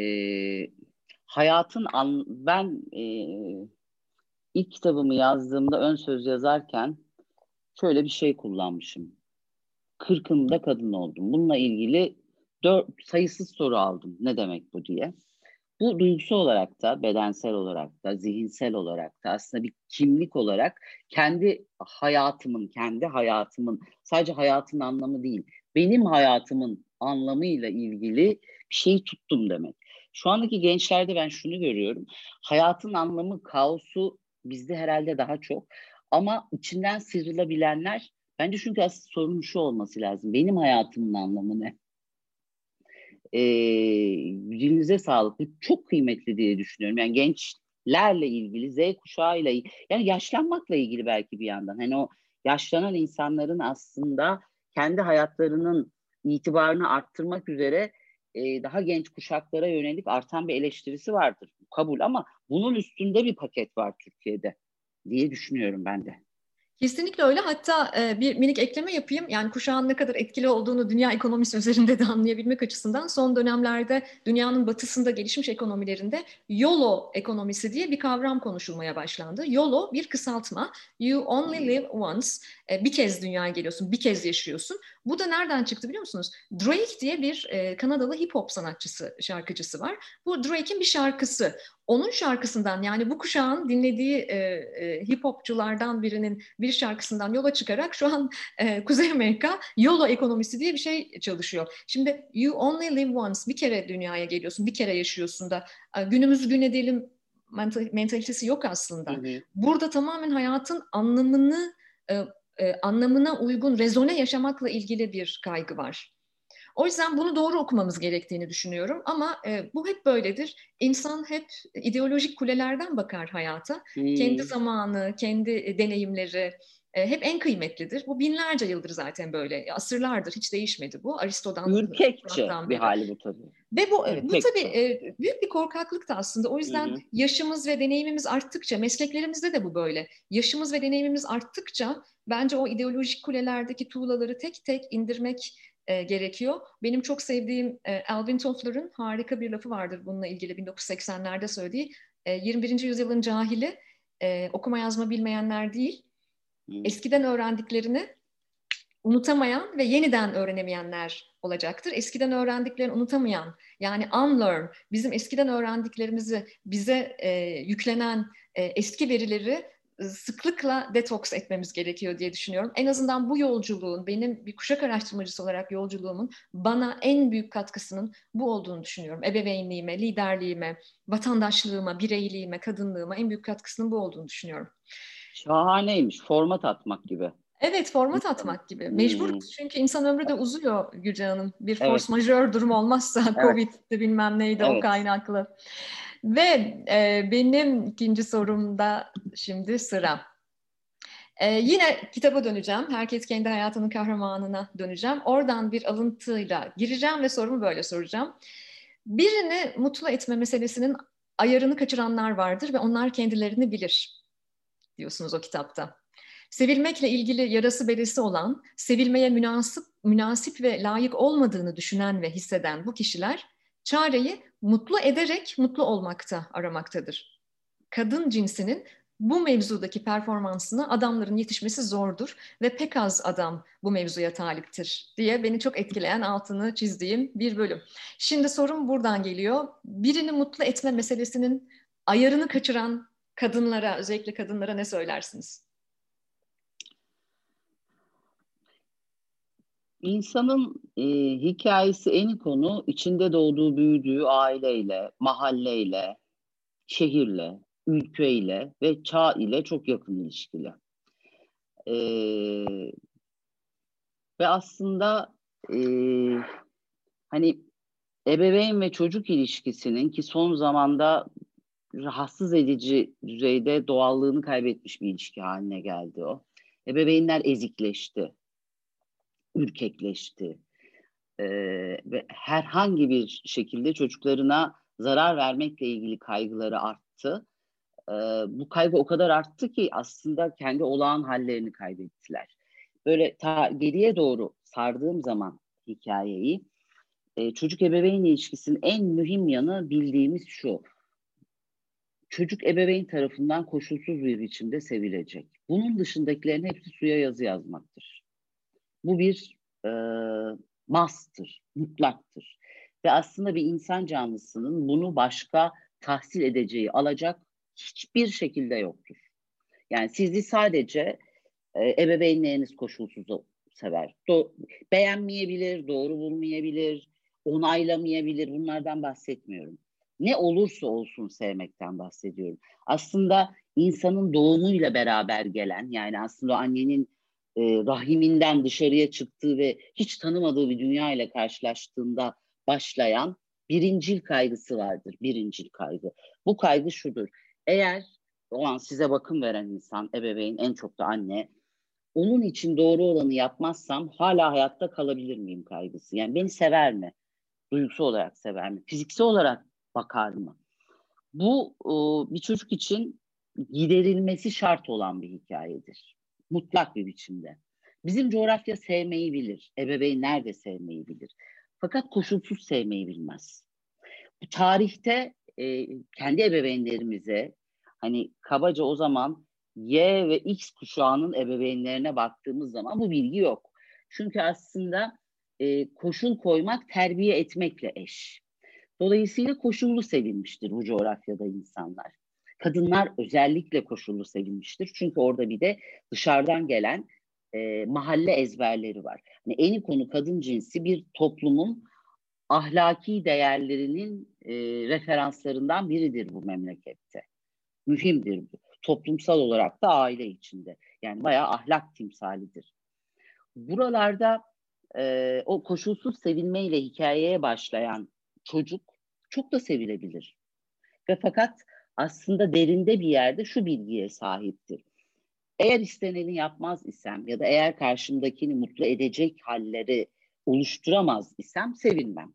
ben ilk kitabımı yazdığımda ön söz yazarken şöyle bir şey kullanmışım. 40'ımda kadın oldum. Bununla ilgili sayısız soru aldım. Ne demek bu diye. Bu duygusal olarak da, bedensel olarak da, zihinsel olarak da aslında bir kimlik olarak kendi hayatımın, sadece hayatın anlamı değil, benim hayatımın anlamıyla ilgili bir şeyi tuttum demek. Şu andaki gençlerde ben şunu görüyorum. Hayatın anlamı, kaosu bizde herhalde daha çok. Ama içinden sıyrılabilenler, bence çünkü aslında sorunun şu olması lazım. Benim hayatımın anlamı ne? Dilinize sağlık. Bu çok kıymetli diye düşünüyorum. Yani gençlerle ilgili, Z kuşağıyla ilgili, yani yaşlanmakla ilgili belki bir yandan. Hani o yaşlanan insanların aslında kendi hayatlarının itibarını arttırmak üzere daha genç kuşaklara yönelik artan bir eleştirisi vardır. Kabul, ama bunun üstünde bir paket var Türkiye'de diye düşünüyorum ben de. Kesinlikle öyle. Hatta bir minik ekleme yapayım. Yani kuşağın ne kadar etkili olduğunu dünya ekonomisi üzerinde de anlayabilmek açısından son dönemlerde dünyanın batısında gelişmiş ekonomilerinde YOLO ekonomisi diye bir kavram konuşulmaya başlandı. YOLO bir kısaltma. You only live once. Bir kez dünyaya geliyorsun, bir kez yaşıyorsun. Bu da nereden çıktı biliyor musunuz? Drake diye bir Kanadalı hip hop sanatçısı, şarkıcısı var. Bu Drake'in bir şarkısı. Onun şarkısından, yani bu kuşağın dinlediği hip hopçulardan birinin bir şarkısından yola çıkarak şu an Kuzey Amerika YOLO ekonomisi diye bir şey çalışıyor. Şimdi you only live once, bir kere dünyaya geliyorsun, bir kere yaşıyorsun da günümüz gün edelim mentalitesi yok Hı aslında. hı. Burada tamamen hayatın anlamına uygun, rezone yaşamakla ilgili bir kaygı var. O yüzden bunu doğru okumamız gerektiğini düşünüyorum. Ama bu hep böyledir. İnsan hep ideolojik kulelerden bakar hayata. Kendi Hmm. zamanı, kendi deneyimleri hep en kıymetlidir. Bu binlerce yıldır zaten böyle. Asırlardır hiç değişmedi bu. Aristo'dan, Ürkekçe Sokrat'tan bir beri. hali bu tabii. Ve bu tabii Ürkekçe. büyük bir korkaklık da aslında. O Hı yüzden hı. yaşımız ve deneyimimiz arttıkça, mesleklerimizde de bu böyle. Yaşımız ve deneyimimiz arttıkça bence o ideolojik kulelerdeki tuğlaları tek tek indirmek gerekiyor. Benim çok sevdiğim Alvin Toffler'ın harika bir lafı vardır bununla ilgili 1980'lerde söylediği. 21. yüzyılın cahili okuma yazma bilmeyenler değil, Hı. eskiden öğrendiklerini unutamayan ve yeniden öğrenemeyenler olacaktır. Eskiden öğrendiklerini unutamayan, yani unlearn, bizim eskiden öğrendiklerimizi bize yüklenen eski verileri sıklıkla detoks etmemiz gerekiyor diye düşünüyorum. En azından bu yolculuğun, benim bir kuşak araştırmacısı olarak yolculuğumun bana en büyük katkısının bu olduğunu düşünüyorum. Ebeveynliğime, liderliğime, vatandaşlığıma, bireyliğime, kadınlığıma en büyük katkısının bu olduğunu düşünüyorum. Şahaneymiş. Format atmak gibi. Evet, Değil format mi? atmak gibi. Hmm. Mecburuz çünkü insan ömrü de uzuyor Gülce Hanım. Bir Evet, force majeure durum olmazsa evet, Covid'de bilmem neydi o evet. kaynaklı. Ve benim ikinci sorumda şimdi sıra. Yine kitaba döneceğim. Herkes kendi hayatının kahramanına döneceğim. Oradan bir alıntıyla gireceğim ve sorumu böyle soracağım. Birini mutlu etme meselesinin ayarını kaçıranlar vardır ve onlar kendilerini bilir diyorsunuz o kitapta. Sevilmekle ilgili yarası beresi olan, sevilmeye münasip ve layık olmadığını düşünen ve hisseden bu kişiler çareyi mutlu ederek mutlu olmakta aramaktadır. Kadın cinsinin bu mevzudaki performansına adamların yetişmesi zordur ve pek az adam bu mevzuya taliptir diye beni çok etkileyen, altını çizdiğim bir bölüm. Şimdi sorum buradan geliyor. Birini mutlu etme meselesinin ayarını kaçıran kadınlara, özellikle kadınlara ne söylersiniz? İnsanın hikayesi en konu içinde doğduğu, büyüdüğü aileyle, mahalleyle, şehirle, ülkeyle ve çağ ile çok yakın ilişkili. E, Ve aslında e, hani ebeveyn ve çocuk ilişkisinin ki son zamanda rahatsız edici düzeyde doğallığını kaybetmiş bir ilişki haline geldi o. Ebeveynler ezikleşti, ürkekleşti. Ve herhangi bir şekilde çocuklarına zarar vermekle ilgili kaygıları arttı. Bu kaygı o kadar arttı ki aslında kendi olağan hallerini kaybettiler. Böyle geriye doğru sardığım zaman hikayeyi, çocuk ebeveyn ilişkisinin en mühim yanı bildiğimiz şu: çocuk ebeveyn tarafından koşulsuz bir biçimde sevilecek. Bunun dışındakilerin hepsi suya yazı yazmaktır. Bu bir must'tır, mutlaktır. Ve aslında bir insan canlısının bunu başka tahsil edeceği, alacak hiçbir şekilde yoktur. Yani sizi sadece ebeveynleriniz koşulsuz sever. Beğenmeyebilir, doğru bulmayabilir, onaylamayabilir. Bunlardan bahsetmiyorum. Ne olursa olsun sevmekten bahsediyorum. Aslında insanın doğumuyla beraber gelen, yani aslında annenin rahiminden dışarıya çıktığı ve hiç tanımadığı bir dünya ile karşılaştığında başlayan birincil kaygısı vardır. Birincil kaygı. Bu kaygı şudur: eğer o an size bakım veren insan, ebeveyn, en çok da anne, onun için doğru olanı yapmazsam hala hayatta kalabilir miyim kaygısı. Yani beni sever mi? Duygusal olarak sever mi? Fiziksel olarak bakar mı? Bu bir çocuk için giderilmesi şart olan bir hikayedir. Mutlak bir biçimde. Bizim coğrafya sevmeyi bilir. Ebeveynler de sevmeyi bilir. Fakat koşulsuz sevmeyi bilmez. Bu tarihte kendi ebeveynlerimize, hani kabaca o zaman Y ve X kuşağının ebeveynlerine baktığımız zaman bu bilgi yok. Çünkü aslında koşul koymak terbiye etmekle eş. Dolayısıyla koşullu sevilmiştir bu coğrafyada insanlar. Kadınlar özellikle koşullu sevilmiştir. Çünkü orada bir de dışarıdan gelen mahalle ezberleri var. Yani en konu kadın cinsi bir toplumun ahlaki değerlerinin referanslarından biridir bu memlekette. Mühimdir bu. Toplumsal olarak da aile içinde. Yani bayağı ahlak timsalidir. Buralarda o koşulsuz sevilmeyle hikayeye başlayan çocuk çok da sevilebilir. Ve fakat aslında derinde bir yerde şu bilgiye sahiptir: eğer isteneni yapmaz isem ya da eğer karşımdakini mutlu edecek halleri oluşturamaz isem sevinmem.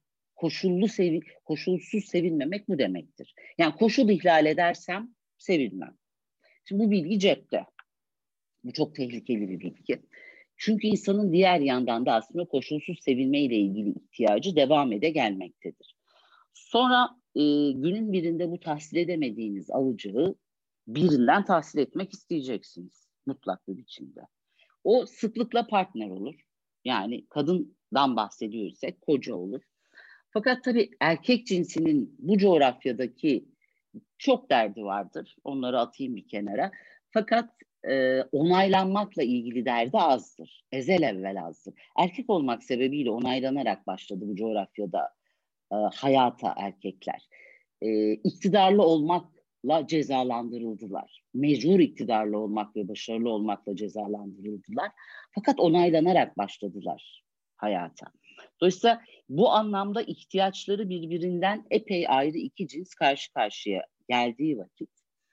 Koşulsuz sevinmemek bu demektir. Yani koşul ihlal edersem sevinmem. Şimdi bu bilgi cepte. Bu çok tehlikeli bir bilgi. Çünkü insanın diğer yandan da aslında koşulsuz sevilmeyle ilgili ihtiyacı devam ede gelmektedir. Sonra günün birinde bu tahsil edemediğiniz alıcığı birinden tahsil etmek isteyeceksiniz mutlak bir biçimde. O sıklıkla partner olur. Yani kadından bahsediyorsak koca olur. Fakat tabii erkek cinsinin bu coğrafyadaki çok derdi vardır. Onları atayım bir kenara. Fakat onaylanmakla ilgili derdi azdır. Ezel evvel azdır. Erkek olmak sebebiyle onaylanarak başladı bu coğrafyada hayata erkekler. İktidarlı olmakla cezalandırıldılar. Mecbur iktidarlı olmak ve başarılı olmakla cezalandırıldılar. Fakat onaylanarak başladılar hayata. Dolayısıyla bu anlamda ihtiyaçları birbirinden epey ayrı iki cins karşı karşıya geldiği vakit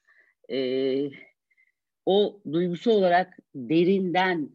o duygusal olarak derinden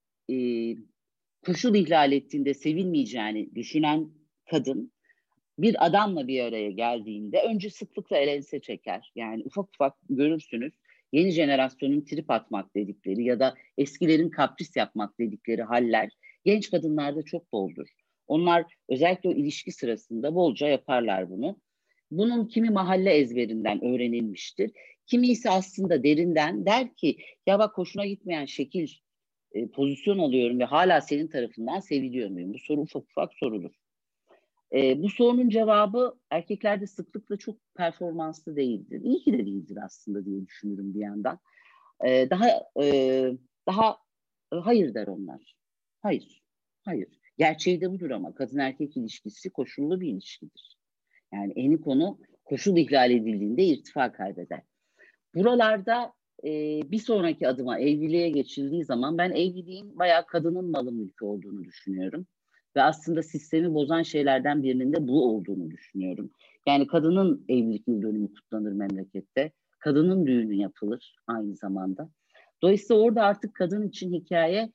koşul ihlal ettiğinde sevilmeyeceğini düşünen kadın bir adamla bir araya geldiğinde önce sıklıkla el ense çeker. Yani ufak ufak görürsünüz. yeni jenerasyonun trip atmak dedikleri ya da eskilerin kapris yapmak dedikleri haller genç kadınlarda çok boldur. Onlar özellikle o ilişki sırasında bolca yaparlar bunu. Bunun kimi mahalle ezberinden öğrenilmiştir. Kimi ise aslında derinden der ki ya bak hoşuna gitmeyen şekil pozisyon alıyorum ve hala senin tarafından seviliyor muyum? Bu soru ufak ufak sorulur. Bu sorunun cevabı erkeklerde sıklıkla çok performanslı değildir. İyi ki de değildir aslında diye düşünürüm bir yandan. E, daha daha hayır der onlar. Hayır, hayır. Gerçeği de budur ama kadın erkek ilişkisi koşullu bir ilişkidir. Yani eni konu koşul ihlal edildiğinde irtifa kaybeder. Buralarda bir sonraki adıma evliliğe geçildiği zaman ben evliliğin bayağı kadının malı mülkü olduğunu düşünüyorum. Ve aslında sistemi bozan şeylerden birinin de bu olduğunu düşünüyorum. Yani kadının evlilik yıl dönümü kutlanır memlekette. Kadının düğünü yapılır aynı zamanda. Dolayısıyla orada artık kadın için hikaye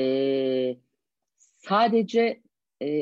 sadece e,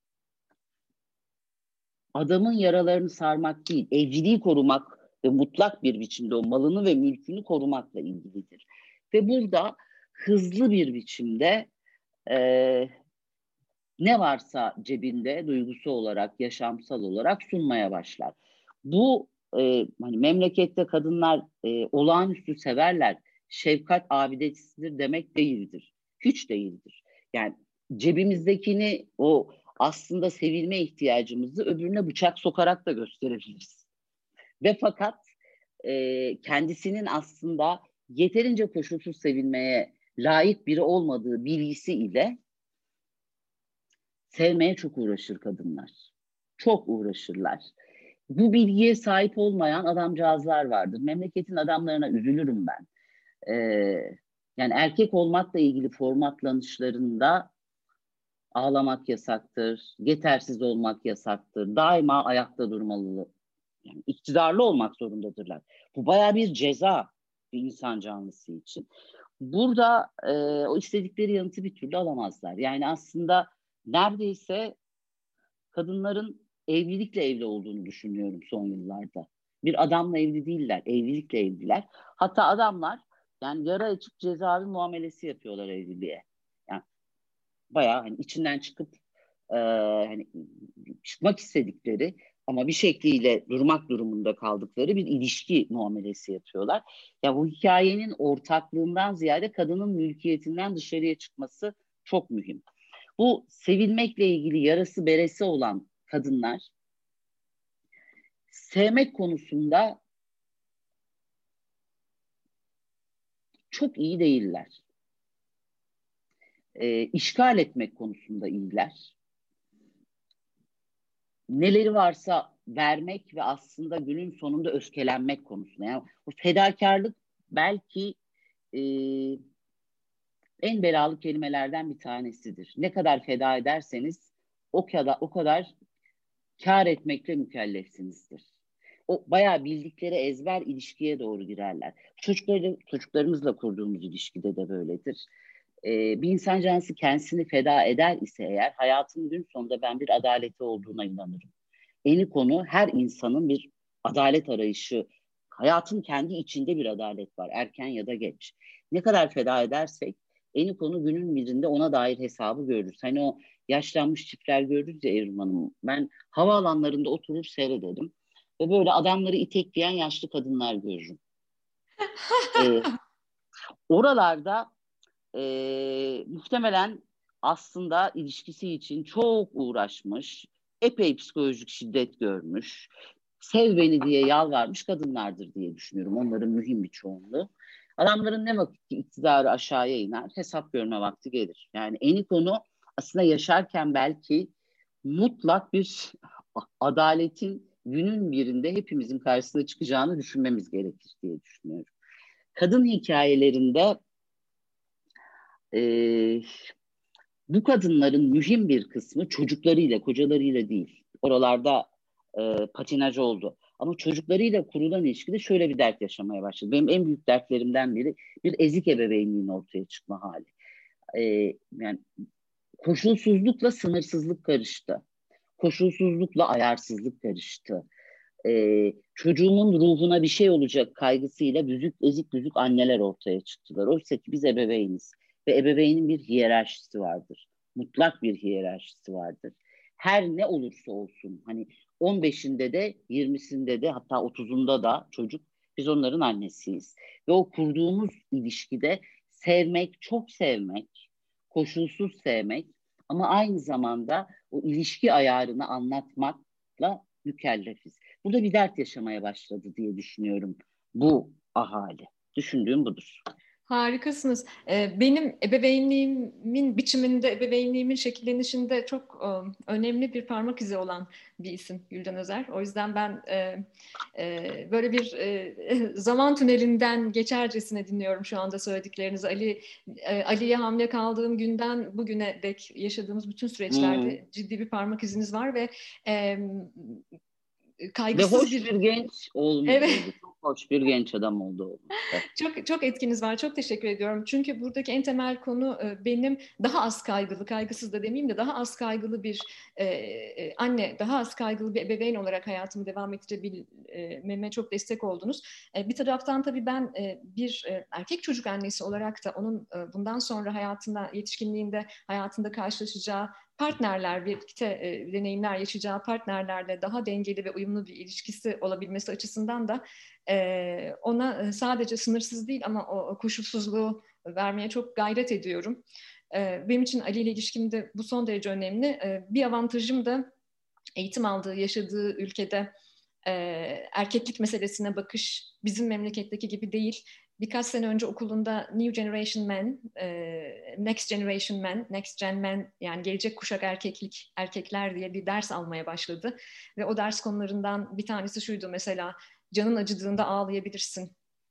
adamın yaralarını sarmak değil, evliliği korumak ve mutlak bir biçimde o malını ve mülkünü korumakla ilgilidir. Ve burada hızlı bir biçimde e, ne varsa cebinde duygusu olarak, yaşamsal olarak sunmaya başlar. Bu hani memlekette kadınlar olağanüstü severler, şefkat abidesidir demek değildir. Hiç değildir. Yani cebimizdekini o aslında sevilme ihtiyacımızı öbürüne bıçak sokarak da gösterebiliriz. Ve fakat kendisinin aslında yeterince koşulsuz sevilmeye layık biri olmadığı bilgisiyle sevmeye çok uğraşır kadınlar. Çok uğraşırlar. Bu bilgiye sahip olmayan adamcağızlar vardır. Memleketin adamlarına üzülürüm ben. Yani erkek olmakla ilgili formatlanışlarında ağlamak yasaktır, yetersiz olmak yasaktır, daima ayakta durmalı, yani iktidarlı olmak zorundadırlar. Bu bayağı bir ceza bir insan canlısı için. Burada o istedikleri yanıtı bir türlü alamazlar. Yani aslında neredeyse kadınların evlilikle evli olduğunu düşünüyorum son yıllarda. Bir adamla evli değiller, evlilikle evliler. Hatta adamlar yani yara açık cezaevi muamelesi yapıyorlar evliliğe. Yani bayağı hani içinden çıkıp hani çıkmak istedikleri ama bir şekliyle durmak durumunda kaldıkları bir ilişki muamelesi yapıyorlar. Ya bu hikayenin ortaklığından ziyade kadının mülkiyetinden dışarıya çıkması çok mühim. Bu sevilmekle ilgili yarası beresi olan kadınlar sevmek konusunda çok iyi değiller. İşgal etmek konusunda iyiler. Neleri varsa vermek ve aslında günün sonunda öfkelenmek konusunda. Yani o fedakarlık belki e, en belalı kelimelerden bir tanesidir. Ne kadar feda ederseniz o kadar kâr etmekle mükellefsinizdir. O bayağı bildikleri ezber ilişkiye doğru girerler. Çocuklarımızla kurduğumuz ilişkide de böyledir. Bir insan canlısı kendisini feda eder ise eğer hayatın gün sonunda ben bir adaleti olduğuna inanırım. Eni konu her insanın bir adalet arayışı, hayatın kendi içinde bir adalet var erken ya da geç. Ne kadar feda edersek eni konu günün birinde ona dair hesabı görürüz. Hani o yaşlanmış çiftler görürüz ya Evrim Hanım. Ben havaalanlarında oturur seyrederim ve böyle adamları itekleyen yaşlı kadınlar görürüm. Ee, Oralarda muhtemelen aslında ilişkisi için çok uğraşmış, epey psikolojik şiddet görmüş, sev beni diye yalvarmış kadınlardır diye düşünüyorum. Onların mühim bir çoğunluğu. Adamların ne vakit ki iktidarı aşağıya iner, hesap görme vakti gelir. Yani eni konu aslında yaşarken belki mutlak bir adaletin günün birinde hepimizin karşısına çıkacağını düşünmemiz gerekir diye düşünüyorum. Kadın hikayelerinde e, bu kadınların mühim bir kısmı çocuklarıyla, kocalarıyla değil. Oralarda patinaj oldu. Ama çocuklarıyla kurulan ilişkide şöyle bir dert yaşamaya başladı. Benim en büyük dertlerimden biri bir ezik ebeveynliğin ortaya çıkma hali. Yani koşulsuzlukla sınırsızlık karıştı. Koşulsuzlukla ayarsızlık karıştı. Çocuğumun ruhuna bir şey olacak kaygısıyla ezik büzük anneler ortaya çıktılar. Oysa ki biz ebeveyniz ve ebeveynin bir hiyerarşisi vardır. Mutlak bir hiyerarşisi vardır. Her ne olursa olsun, hani 15'inde de 20'sinde de hatta 30'unda da çocuk, biz onların annesiyiz. Ve o kurduğumuz ilişkide sevmek, çok sevmek, koşulsuz sevmek ama aynı zamanda o ilişki ayarını anlatmakla mükellefiz. Burada bir dert yaşamaya başladı diye düşünüyorum bu ahali. Düşündüğüm budur. Harikasınız. Benim ebeveynliğimin biçiminde, ebeveynliğimin şekillenişinde çok önemli bir parmak izi olan bir isim Gülden Özer. O yüzden ben böyle bir zaman tünelinden geçercesine dinliyorum şu anda söylediklerinizi. Ali'ye hamile kaldığım günden bugüne dek yaşadığımız bütün Hmm. süreçlerde ciddi bir parmak iziniz var ve e, Ve kaygısız hoş bir bir... genç oğlumuz Evet. oldu. Çok hoş bir genç adam oldu oğlumuz. Evet. Çok çok etkiniz var. Çok teşekkür ediyorum. Çünkü buradaki en temel konu benim daha az kaygılı, kaygısız da demeyeyim de daha az kaygılı bir anne, daha az kaygılı bir ebeveyn olarak hayatımı devam ettirebilmeme çok destek oldunuz. Bir taraftan tabii ben bir erkek çocuk annesi olarak da onun bundan sonra hayatında, yetişkinliğinde hayatında karşılaşacağı partnerler, birlikte deneyimler yaşayacağı partnerlerle daha dengeli ve uyumlu bir ilişkisi olabilmesi açısından da ona sadece sınırsız değil ama o koşulsuzluğu vermeye çok gayret ediyorum. Benim için Ali ile ilişkimde bu son derece önemli. Bir avantajım da eğitim aldığı, yaşadığı ülkede erkeklik meselesine bakış bizim memleketteki gibi değil. Birkaç sene önce okulunda New Generation Men, Next Generation Men, Next Gen Men yani gelecek kuşak erkekler diye bir ders almaya başladı. Ve o ders konularından bir tanesi şuydu mesela, canın acıdığında ağlayabilirsin.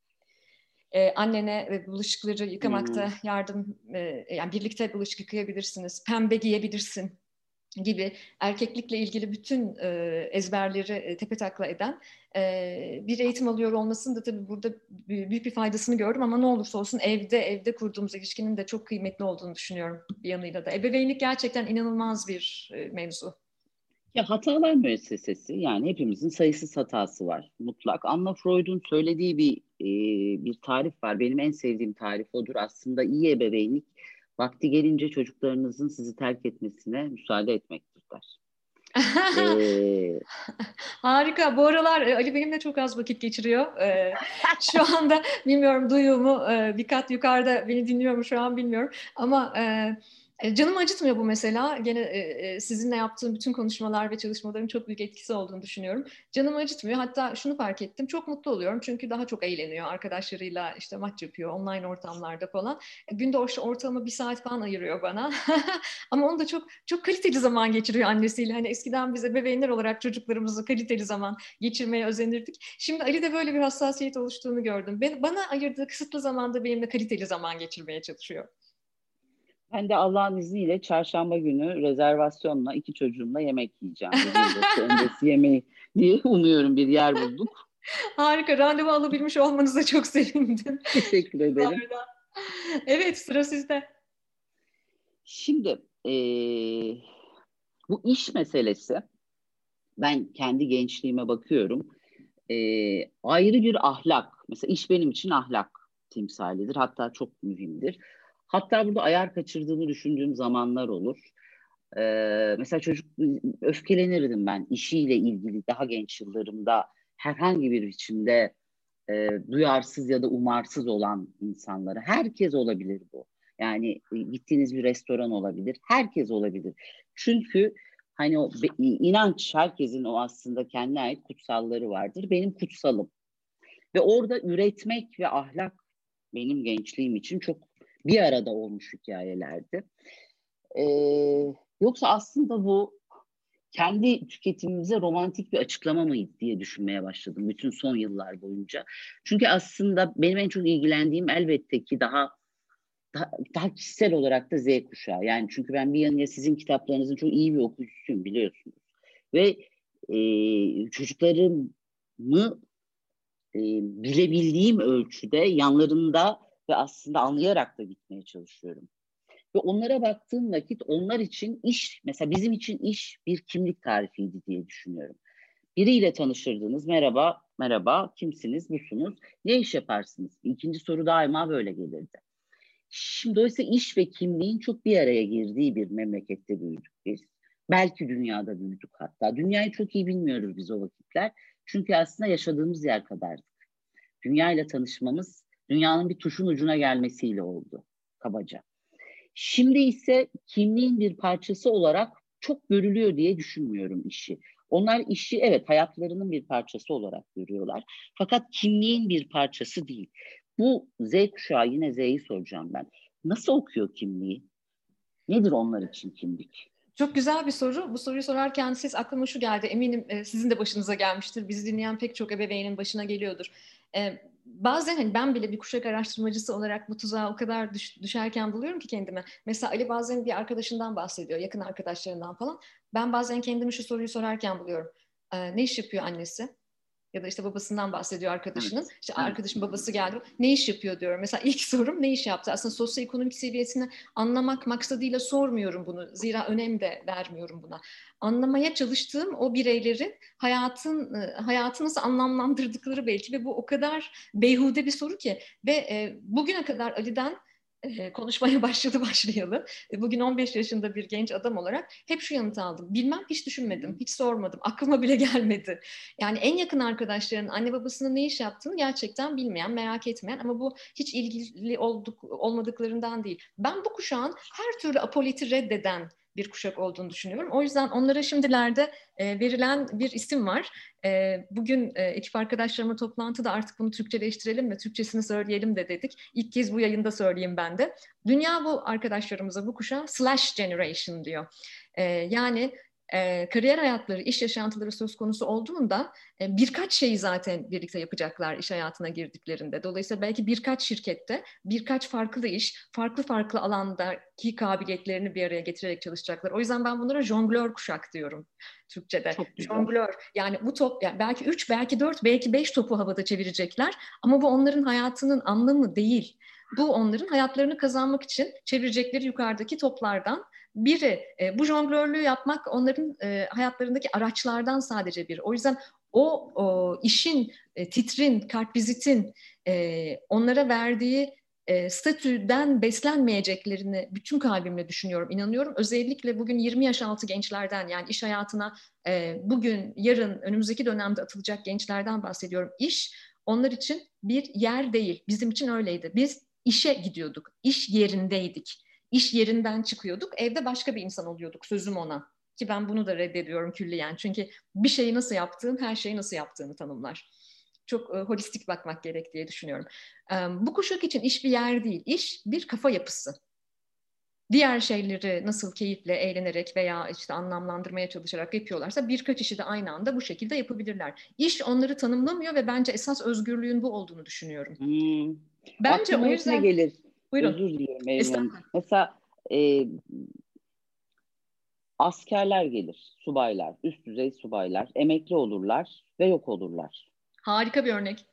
Annene bulaşıkları Hmm. yıkamakta yardım, yani birlikte bulaşık yıkayabilirsiniz, pembe giyebilirsin gibi erkeklikle ilgili bütün ezberleri tepetakla eden bir eğitim alıyor olmasının da tabii burada büyük bir faydasını gördüm ama ne olursa olsun evde kurduğumuz ilişkinin de çok kıymetli olduğunu düşünüyorum bir yanıyla da. Ebeveynlik gerçekten inanılmaz bir mevzu. Ya hatalar müessesesi, yani hepimizin sayısız hatası var mutlak. Anna Freud'un söylediği bir tarif var. Benim en sevdiğim tarif odur. Aslında iyi ebeveynlik vakti gelince çocuklarınızın sizi terk etmesine müsaade etmektir der. E, Harika. Bu aralar Ali benimle çok az vakit geçiriyor. Şu anda bilmiyorum duyuyor mu? Bir kat yukarıda beni dinliyor mu şu an bilmiyorum. Ama canımı acıtmıyor bu mesela. Gene sizinle yaptığım bütün konuşmalar ve çalışmaların çok büyük etkisi olduğunu düşünüyorum. Canımı acıtmıyor. Hatta şunu fark ettim. Çok mutlu oluyorum. Çünkü daha çok eğleniyor. Arkadaşlarıyla işte maç yapıyor online ortamlarda falan. Günde ortalama bir saat falan ayırıyor bana. Ama onu da çok çok kaliteli zaman geçiriyor annesiyle. Hani eskiden biz ebeveynler olarak çocuklarımızla kaliteli zaman geçirmeye özenirdik. Şimdi Ali'de böyle bir hassasiyet oluştuğunu gördüm. Bana ayırdığı kısıtlı zamanda benimle kaliteli zaman geçirmeye çalışıyor. Ben de Allah'ın izniyle çarşamba günü rezervasyonla 2 çocuğumla yemek yiyeceğim. Bir yılbaşı öncesi yemeği diye umuyorum, bir yer bulduk. Harika, randevu alabilmiş olmanıza çok sevindim. Teşekkür ederim. Evet, sıra sizde. Şimdi bu iş meselesi, ben kendi gençliğime bakıyorum. Ayrı bir ahlak. Mesela iş benim için ahlak timsalidir. Hatta çok mühimdir. Hatta burada ayar kaçırdığımı düşündüğüm zamanlar olur. Mesela öfkelenirdim ben işiyle ilgili daha genç yıllarımda herhangi bir biçimde duyarsız ya da umarsız olan insanlara. Herkes olabilir bu. Yani gittiğiniz bir restoran olabilir. Herkes olabilir. Çünkü hani inanç, herkesin o aslında kendine ait kutsalları vardır. Benim kutsalım. Ve orada üretmek ve ahlak benim gençliğim için çok bir arada olmuş hikayelerdi. Yoksa aslında bu kendi tüketimimize romantik bir açıklama mıydı diye düşünmeye başladım bütün son yıllar boyunca. Çünkü aslında benim en çok ilgilendiğim elbette ki daha kişisel olarak da Z kuşağı. Yani çünkü ben bir yanıyla sizin kitaplarınızın çok iyi bir okuyucusuyum, biliyorsunuz. Ve çocuklarımı bilebildiğim ölçüde yanlarında ve aslında anlayarak da gitmeye çalışıyorum. Ve onlara baktığım vakit onlar için iş, mesela bizim için iş bir kimlik tarifiydi diye düşünüyorum. Biriyle tanışırdınız. Merhaba, merhaba, kimsiniz, busunuz, ne iş yaparsınız? İkinci soru daima böyle gelirdi. Şimdi dolayısıyla iş ve kimliğin çok bir araya girdiği bir memlekette büyüdük biz. Belki dünyada büyüdük hatta. Dünyayı çok iyi bilmiyoruz biz o vakitler. Çünkü aslında yaşadığımız yer kadardık. Dünyayla tanışmamız dünyanın bir tuşun ucuna gelmesiyle oldu kabaca. Şimdi ise kimliğin bir parçası olarak çok görülüyor diye düşünmüyorum işi. Onlar işi evet hayatlarının bir parçası olarak görüyorlar. Fakat kimliğin bir parçası değil. Bu Z kuşağı, yine Z'yi soracağım ben. Nasıl okuyor kimliği? Nedir onlar için kimlik? Çok güzel bir soru. Bu soruyu sorarken siz aklıma şu geldi. Eminim sizin de başınıza gelmiştir. Bizi dinleyen pek çok ebeveynin başına geliyordur. Bazen hani ben bile bir kuşak araştırmacısı olarak bu tuzağa o kadar düşerken buluyorum ki kendime. Mesela Ali bazen bir arkadaşından bahsediyor, yakın arkadaşlarından falan. Ben bazen kendimi şu soruyu sorarken buluyorum. Ne iş yapıyor annesi? Ya da işte babasından bahsediyor arkadaşının. Evet, İşte evet. arkadaşım babası geldi. Ne iş yapıyor diyorum. Mesela ilk sorum ne iş yaptı? Aslında sosyoekonomik seviyesini anlamak maksadıyla sormuyorum bunu. Zira önem de vermiyorum buna. Anlamaya çalıştığım o bireylerin hayatı nasıl anlamlandırdıkları belki ve bu o kadar beyhude bir soru ki ve bugüne kadar Ali'den konuşmaya başlayalı. Bugün 15 yaşında bir genç adam olarak hep şu yanıtı aldım. Bilmem, hiç düşünmedim, hiç sormadım, aklıma bile gelmedi. Yani en yakın arkadaşların anne babasının ne iş yaptığını gerçekten bilmeyen, merak etmeyen ama bu hiç ilgili olmadıklarından değil. Ben bu kuşağın her türlü apoliti reddeden bir kuşak olduğunu düşünüyorum. O yüzden onlara şimdilerde verilen bir isim var. Bugün ekip arkadaşlarıma toplantıda artık bunu Türkçeleştirelim ve Türkçesini söyleyelim de dedik. İlk kez bu yayında söyleyeyim ben de. Dünya bu arkadaşlarımıza, bu kuşağa slash generation diyor. Yani kariyer hayatları, iş yaşantıları söz konusu olduğunda birkaç şeyi zaten birlikte yapacaklar iş hayatına girdiklerinde. Dolayısıyla belki birkaç şirkette, birkaç farklı iş, farklı farklı alandaki kabiliyetlerini bir araya getirerek çalışacaklar. O yüzden ben bunlara jonglör kuşak diyorum Türkçe'de. Çok güzel. Jonglör, yani bu top, yani belki 3, belki 4, belki 5 topu havada çevirecekler ama bu onların hayatının anlamı değil. Bu onların hayatlarını kazanmak için çevirecekleri yukarıdaki toplardan biri. Bu jonglörlüğü yapmak onların hayatlarındaki araçlardan sadece biri. O yüzden o işin, titrin, kartvizitin onlara verdiği statüden beslenmeyeceklerini bütün kalbimle düşünüyorum, inanıyorum. Özellikle bugün 20 yaş altı gençlerden, yani iş hayatına bugün, yarın, önümüzdeki dönemde atılacak gençlerden bahsediyorum. İş onlar için bir yer değil. Bizim için öyleydi. Biz işe gidiyorduk, iş yerindeydik. İş yerinden çıkıyorduk, evde başka bir insan oluyorduk, sözüm ona. Ki ben bunu da reddediyorum külliyen. Çünkü bir şeyi nasıl yaptığın, her şeyi nasıl yaptığını tanımlar. Çok holistik bakmak gerek diye düşünüyorum. Bu kuşak için iş bir yer değil, iş bir kafa yapısı. Diğer şeyleri nasıl keyifle, eğlenerek veya işte anlamlandırmaya çalışarak yapıyorlarsa birkaç işi de aynı anda bu şekilde yapabilirler. İş onları tanımlamıyor ve bence esas özgürlüğün bu olduğunu düşünüyorum. Hmm. Bence Aklıma o hep ne yüzden, gelir? buyurun. Özür diliyorum Evrim Hanım. Estağfurullah. Mesela askerler gelir, subaylar, üst düzey subaylar, emekli olurlar ve yok olurlar. Harika bir örnek.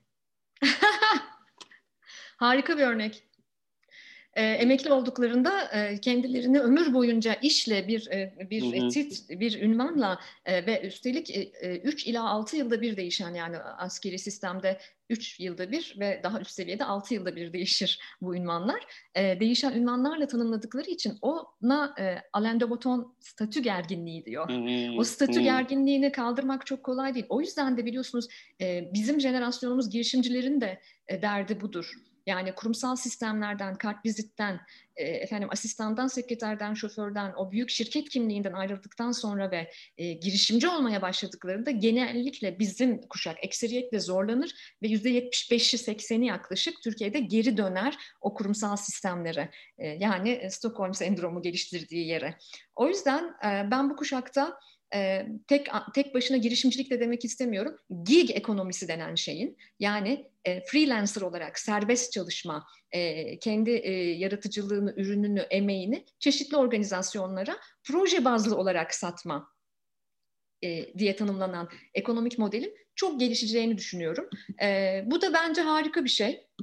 Harika bir örnek. Emekli olduklarında kendilerini ömür boyunca işle Hı hı. bir ünvanla ve üstelik 3 ila 6 yılda bir değişen, yani askeri sistemde 3 yılda bir ve daha üst seviyede 6 yılda bir değişir bu ünvanlar. Değişen ünvanlarla tanımladıkları için ona Alain de Botton statü gerginliği diyor. Hı O hı. statü Hı. gerginliğini kaldırmak çok kolay değil. O yüzden de biliyorsunuz bizim jenerasyonumuz, girişimcilerin de derdi budur. Yani kurumsal sistemlerden, kartvizitten, asistandan, sekreterden, şoförden, o büyük şirket kimliğinden ayrıldıktan sonra ve girişimci olmaya başladıklarında genellikle bizim kuşak ekseriyetle zorlanır ve %75'i 80'i yaklaşık Türkiye'de geri döner o kurumsal sistemlere. Yani Stockholm sendromu geliştirdiği yere. O yüzden ben bu kuşakta tek başına girişimcilik de demek istemiyorum. Gig ekonomisi denen şeyin, yani freelancer olarak serbest çalışma, kendi yaratıcılığını, ürününü, emeğini çeşitli organizasyonlara proje bazlı olarak satma diye tanımlanan ekonomik modelin çok gelişeceğini düşünüyorum. Bu da bence harika bir şey.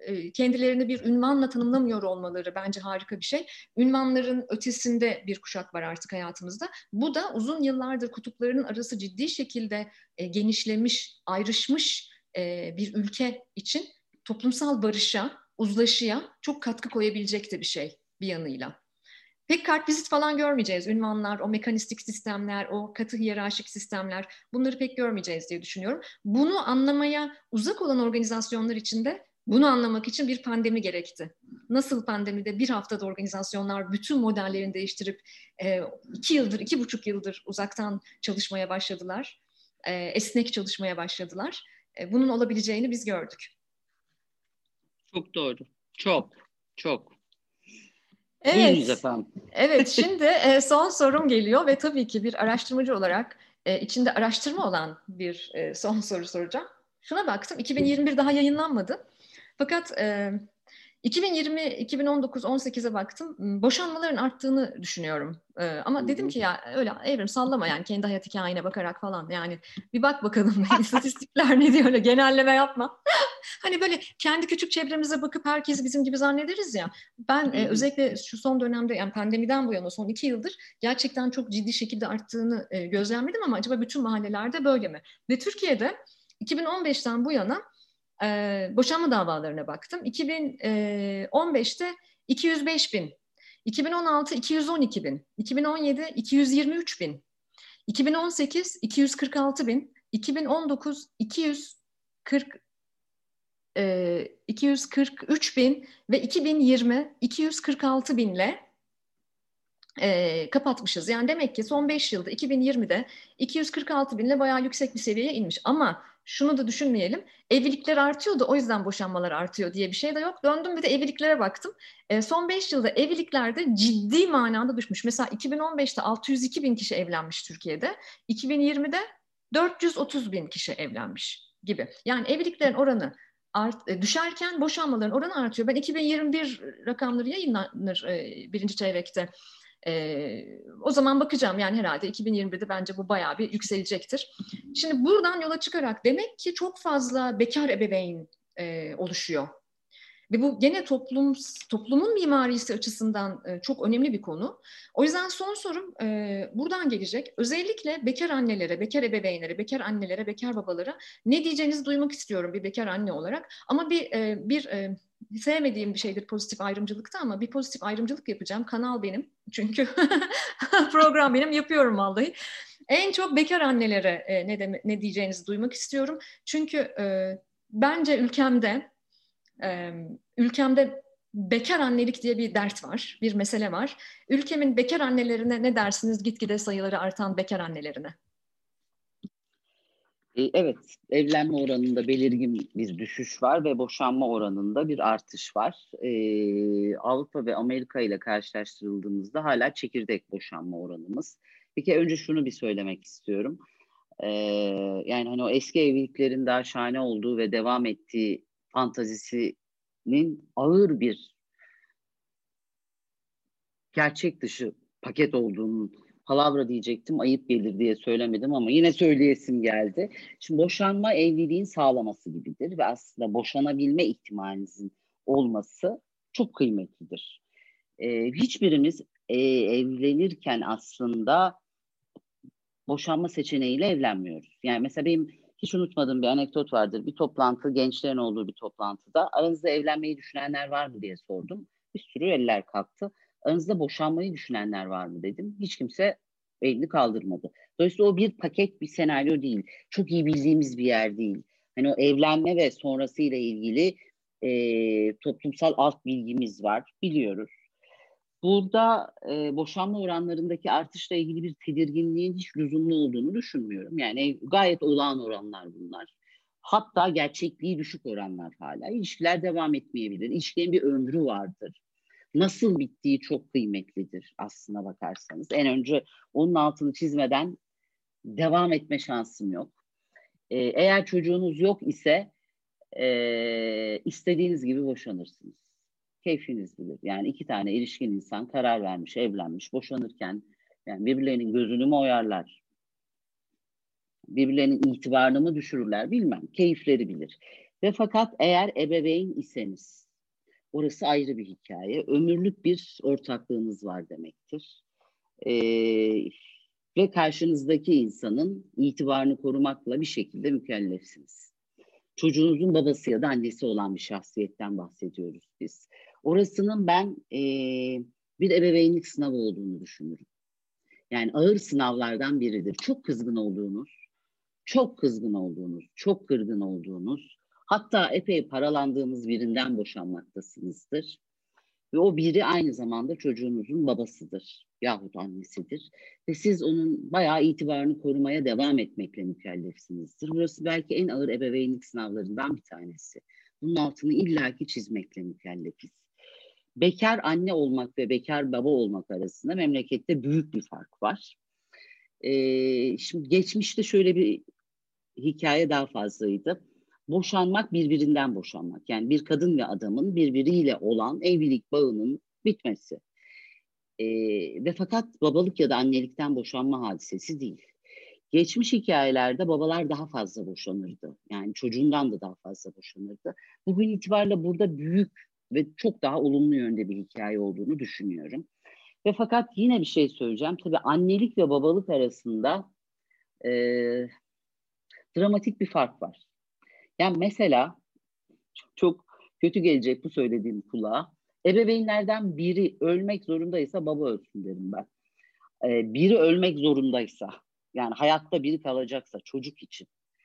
kendilerini bir ünvanla tanımlamıyor olmaları bence harika bir şey. Ünvanların ötesinde bir kuşak var artık hayatımızda. Bu da uzun yıllardır kutuplarının arası ciddi şekilde genişlemiş, ayrışmış bir ülke için toplumsal barışa, uzlaşıya çok katkı koyabilecek de bir şey bir yanıyla. Pek kartvizit falan görmeyeceğiz. Ünvanlar, o mekanistik sistemler, o katı hiyerarşik sistemler, bunları pek görmeyeceğiz diye düşünüyorum. Bunu anlamaya uzak olan organizasyonlar için de bunu anlamak için bir pandemi gerekti. Nasıl pandemide bir haftada organizasyonlar bütün modellerini değiştirip 2 yıldır, 2,5 yıldır uzaktan çalışmaya başladılar. Esnek çalışmaya başladılar. Bunun olabileceğini biz gördük. Çok doğru. Çok, çok. Buyurunuz Evet, efendim. evet. Şimdi son sorum geliyor ve tabii ki bir araştırmacı olarak içinde araştırma olan bir son soru soracağım. Şuna baktım, 2021 daha yayınlanmadı. Fakat 2020, 2019, 18'e baktım. Boşanmaların arttığını düşünüyorum. Ama dedim ki ya öyle Evrim sallama yani kendi hayat hikayene bakarak falan. Yani bir bak bakalım istatistikler ne diyor öyle genelleme yapma. Hani böyle kendi küçük çevremize bakıp herkesi bizim gibi zannederiz ya. Ben özellikle şu son dönemde yani pandemiden bu yana son 2 yıldır gerçekten çok ciddi şekilde arttığını gözlemledim ama acaba bütün mahallelerde böyle mi? Ve Türkiye'de 2015'ten bu yana boşanma davalarına baktım. 2015'te 205 bin, 2016 212 bin, 2017 223 bin, 2018 246 bin, 2019 243 bin ve 2020 246 binle kapatmışız. Yani demek ki son 5 yılda 2020'de 246 binle bayağı yüksek bir seviyeye inmiş. Ama şunu da düşünmeyelim. Evlilikler artıyordu o yüzden boşanmalar artıyor diye bir şey de yok. Döndüm bir de evliliklere baktım. Son 5 yılda evliliklerde ciddi manada düşmüş. Mesela 2015'te 602 bin kişi evlenmiş Türkiye'de. 2020'de 430 bin kişi evlenmiş gibi. Yani evliliklerin oranı düşerken boşanmaların oranı artıyor. Ben 2021 rakamları yayınlanır birinci çeyrekte. O zaman bakacağım yani herhalde 2021'de bence bu bayağı bir yükselecektir. Şimdi buradan yola çıkarak demek ki çok fazla bekar ebeveyn oluşuyor. Ve bu gene toplumun mimarisi açısından çok önemli bir konu. O yüzden son sorum buradan gelecek. Özellikle bekar annelere, bekar ebeveynlere, bekar annelere, bekar babalara ne diyeceğinizi duymak istiyorum bir bekar anne olarak. Ama sevmediğim bir şeydir pozitif ayrımcılıkta ama bir pozitif ayrımcılık yapacağım. Kanal benim. Çünkü program benim yapıyorum vallahi. En çok bekar annelere ne diyeceğinizi duymak istiyorum. Çünkü bence ülkemde bekar annelik diye bir dert var, bir mesele var. Ülkemin bekar annelerine ne dersiniz gitgide sayıları artan bekar annelerine? Evet, evlenme oranında belirgin bir düşüş var ve boşanma oranında bir artış var. Avrupa ve Amerika ile karşılaştırıldığımızda hala çekirdek boşanma oranımız. Peki önce şunu bir söylemek istiyorum. Ee, Yani hani o eski evliliklerin daha şahane olduğu ve devam ettiği fantazisinin ağır bir gerçek dışı paket olduğunun palavra diyecektim, ayıp gelir diye söylemedim ama yine söyleyesim geldi. Şimdi boşanma evliliğin sağlaması gibidir ve aslında boşanabilme ihtimalinizin olması çok kıymetlidir. Hiçbirimiz evlenirken aslında boşanma seçeneğiyle evlenmiyoruz. Yani mesela benim hiç unutmadığım bir anekdot vardır. Bir toplantı, gençlerin olduğu bir toplantıda aranızda evlenmeyi düşünenler var mı diye sordum. Bir sürü eller kalktı. Aranızda boşanmayı düşünenler var mı dedim. Hiç kimse elini kaldırmadı. Dolayısıyla o bir paket, bir senaryo değil. Çok iyi bildiğimiz bir yer değil. Hani o evlenme ve sonrasıyla ilgili toplumsal alt bilgimiz var, biliyoruz. Burada boşanma oranlarındaki artışla ilgili bir tedirginliğin hiç lüzumlu olduğunu düşünmüyorum. Yani gayet olağan oranlar bunlar. Hatta gerçekliği düşük oranlar hala. İlişkiler devam etmeyebilir. İlişkinin bir ömrü vardır. Nasıl bittiği çok kıymetlidir aslına bakarsanız. En önce onun altını çizmeden devam etme şansım yok. Eğer çocuğunuz yok ise istediğiniz gibi boşanırsınız. Keyfiniz bilir. Yani iki tane ilişkin insan karar vermiş, evlenmiş, boşanırken yani birbirlerinin gözünü mü oyarlar? birbirlerinin itibarını mı düşürürler bilmem. Keyifleri bilir. Ve fakat eğer ebeveyn iseniz, orası ayrı bir hikaye. Ömürlük bir ortaklığınız var demektir. Ve karşınızdaki insanın itibarını korumakla bir şekilde mükellefsiniz. Çocuğunuzun babası ya da annesi olan bir şahsiyetten bahsediyoruz biz. Orasının ben bir ebeveynlik sınavı olduğunu düşünürüm. Yani ağır sınavlardan biridir. Çok kızgın olduğunuz, çok kızgın olduğunuz, çok kırgın olduğunuz, hatta epey paralandığınız birinden boşanmaktasınızdır. Ve o biri aynı zamanda çocuğunuzun babasıdır yahut annesidir. Ve siz onun bayağı itibarını korumaya devam etmekle mükellefsinizdir. Burası belki en ağır ebeveynlik sınavlarından bir tanesi. Bunun altını illaki çizmekle mükellefiz. Bekar anne olmak ve bekar baba olmak arasında memlekette büyük bir fark var. Şimdi geçmişte şöyle bir hikaye daha fazlaydı. Boşanmak birbirinden boşanmak. Yani bir kadın ve adamın birbiriyle olan evlilik bağının bitmesi. Ve fakat babalık ya da annelikten boşanma hadisesi değil. Geçmiş hikayelerde babalar daha fazla boşanırdı. Yani çocuğundan da daha fazla boşanırdı. Bugün itibariyle burada büyük ve çok daha olumlu yönde bir hikaye olduğunu düşünüyorum. Ve fakat yine bir şey söyleyeceğim. Tabii annelik ve babalık arasında dramatik bir fark var. Yani mesela çok kötü gelecek bu söylediğim kulağa. Ebeveynlerden biri ölmek zorundaysa baba ölsün derim ben. Biri ölmek zorundaysa, yani hayatta biri kalacaksa çocuk için.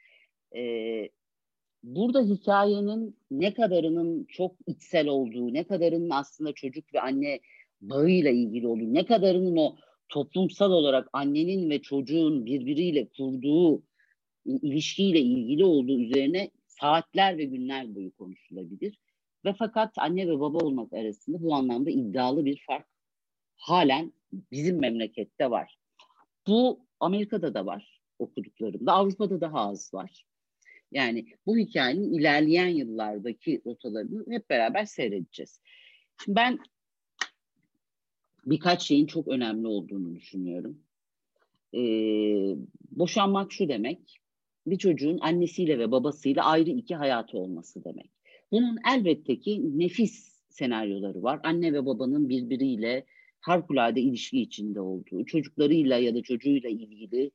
Burada hikayenin ne kadarının çok içsel olduğu, ne kadarının aslında çocuk ve anne bağıyla ilgili olduğu, ne kadarının o toplumsal olarak annenin ve çocuğun birbiriyle kurduğu ilişkiyle ilgili olduğu üzerine saatler ve günler boyu konuşulabilir. Ve fakat anne ve baba olmak arasında bu anlamda iddialı bir fark halen bizim memlekette var. Bu Amerika'da da var okuduklarımda, Avrupa'da daha az var. Yani bu hikayenin ilerleyen yıllardaki rotalarını hep beraber seyredeceğiz. Şimdi ben birkaç şeyin çok önemli olduğunu düşünüyorum. Boşanmak şu demek, bir çocuğun annesiyle ve babasıyla ayrı iki hayatı olması demek. Bunun elbette ki nefis senaryoları var. Anne ve babanın birbiriyle harikulade ilişki içinde olduğu, çocuklarıyla ya da çocuğuyla ilgili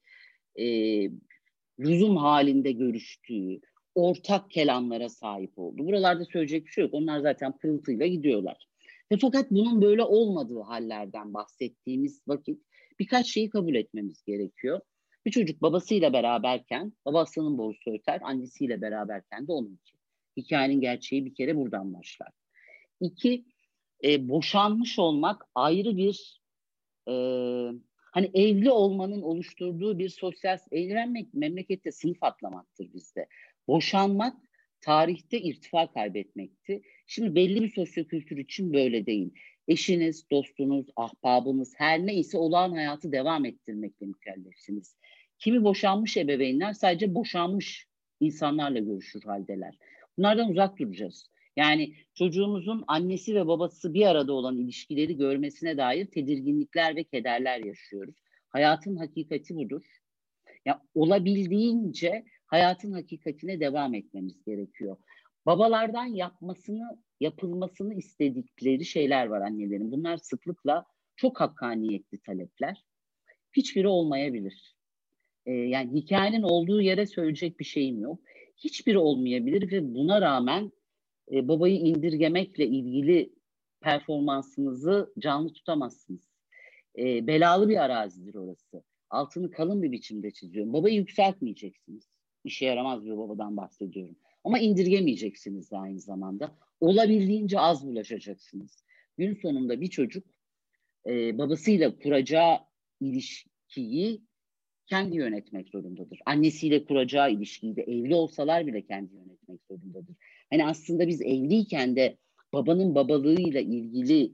lüzum halinde görüştüğü, ortak kelamlara sahip olduğu. Buralarda söyleyecek bir şey yok. Onlar zaten pırıltıyla gidiyorlar. Ve fakat bunun böyle olmadığı hallerden bahsettiğimiz vakit birkaç şeyi kabul etmemiz gerekiyor. Bir çocuk babasıyla beraberken, babasının borusu öter, annesiyle beraberken de onunki. Hikayenin gerçeği bir kere buradan başlar. İki, boşanmış olmak ayrı bir hani evli olmanın oluşturduğu bir sosyal evlenmek memlekette sınıf atlamaktır bizde. Boşanmak tarihte irtifa kaybetmekti. Şimdi belli bir sosyokültür için böyle değil. Eşiniz, dostunuz, ahbabınız her neyse olağan hayatı devam ettirmekle mükellefsiniz. Kimi boşanmış ebeveynler sadece boşanmış insanlarla görüşür haldeler. Bunlardan uzak duracağız. Yani çocuğumuzun annesi ve babası bir arada olan ilişkileri görmesine dair tedirginlikler ve kederler yaşıyoruz. Hayatın hakikati budur. Ya olabildiğince hayatın hakikatine devam etmemiz gerekiyor. Babalardan yapılmasını istedikleri şeyler var annelerin. Bunlar sıklıkla çok hakkaniyetli talepler. Hiçbiri olmayabilir. Yani hikayenin olduğu yere söyleyecek bir şeyim yok. Hiçbiri olmayabilir ve buna rağmen babayı indirgemekle ilgili performansınızı canlı tutamazsınız. Belalı bir arazidir orası. Altını kalın bir biçimde çiziyorum. Babayı yükseltmeyeceksiniz. İşe yaramaz bir babadan bahsediyorum. Ama indirgemeyeceksiniz de aynı zamanda. Olabildiğince az bulaşacaksınız. Gün sonunda bir çocuk babasıyla kuracağı ilişkiyi kendi yönetmek zorundadır. Annesiyle kuracağı ilişkiyi de evli olsalar bile kendi yönetmek zorundadır. Hani aslında biz evliyken de babanın babalığıyla ilgili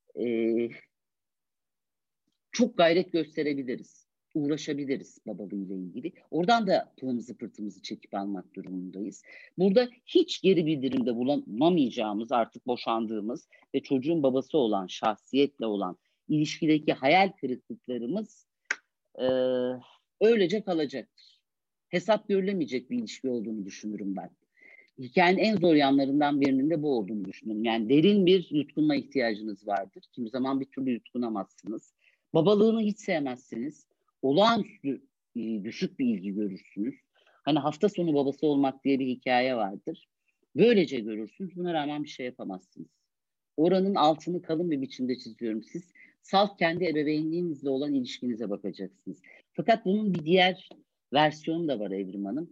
çok gayret gösterebiliriz. Uğraşabiliriz babalığıyla ilgili. Oradan da pılımızı pırtımızı çekip almak durumundayız. Burada hiç geri bildirimde bulunamayacağımız, artık boşandığımız ve çocuğun babası olan, şahsiyetle olan ilişkideki hayal kırıklıklarımız öylece kalacaktır. hesap görülemeyecek bir ilişki olduğunu düşünürüm ben. Hikayenin en zor yanlarından birinin de bu olduğunu düşünüyorum. Yani derin bir yutkunma ihtiyacınız vardır. Kimi zaman bir türlü yutkunamazsınız. Babalığını hiç sevmezsiniz. Olağanüstü düşük bir ilgi görürsünüz. Hani hafta sonu babası olmak diye bir hikaye vardır. Böylece görürsünüz. Buna rağmen bir şey yapamazsınız. Oranın altını kalın bir biçimde çiziyorum. Siz salt kendi ebeveynliğinizle olan ilişkinize bakacaksınız. Fakat bunun bir diğer versiyonu da var Evrim Hanım.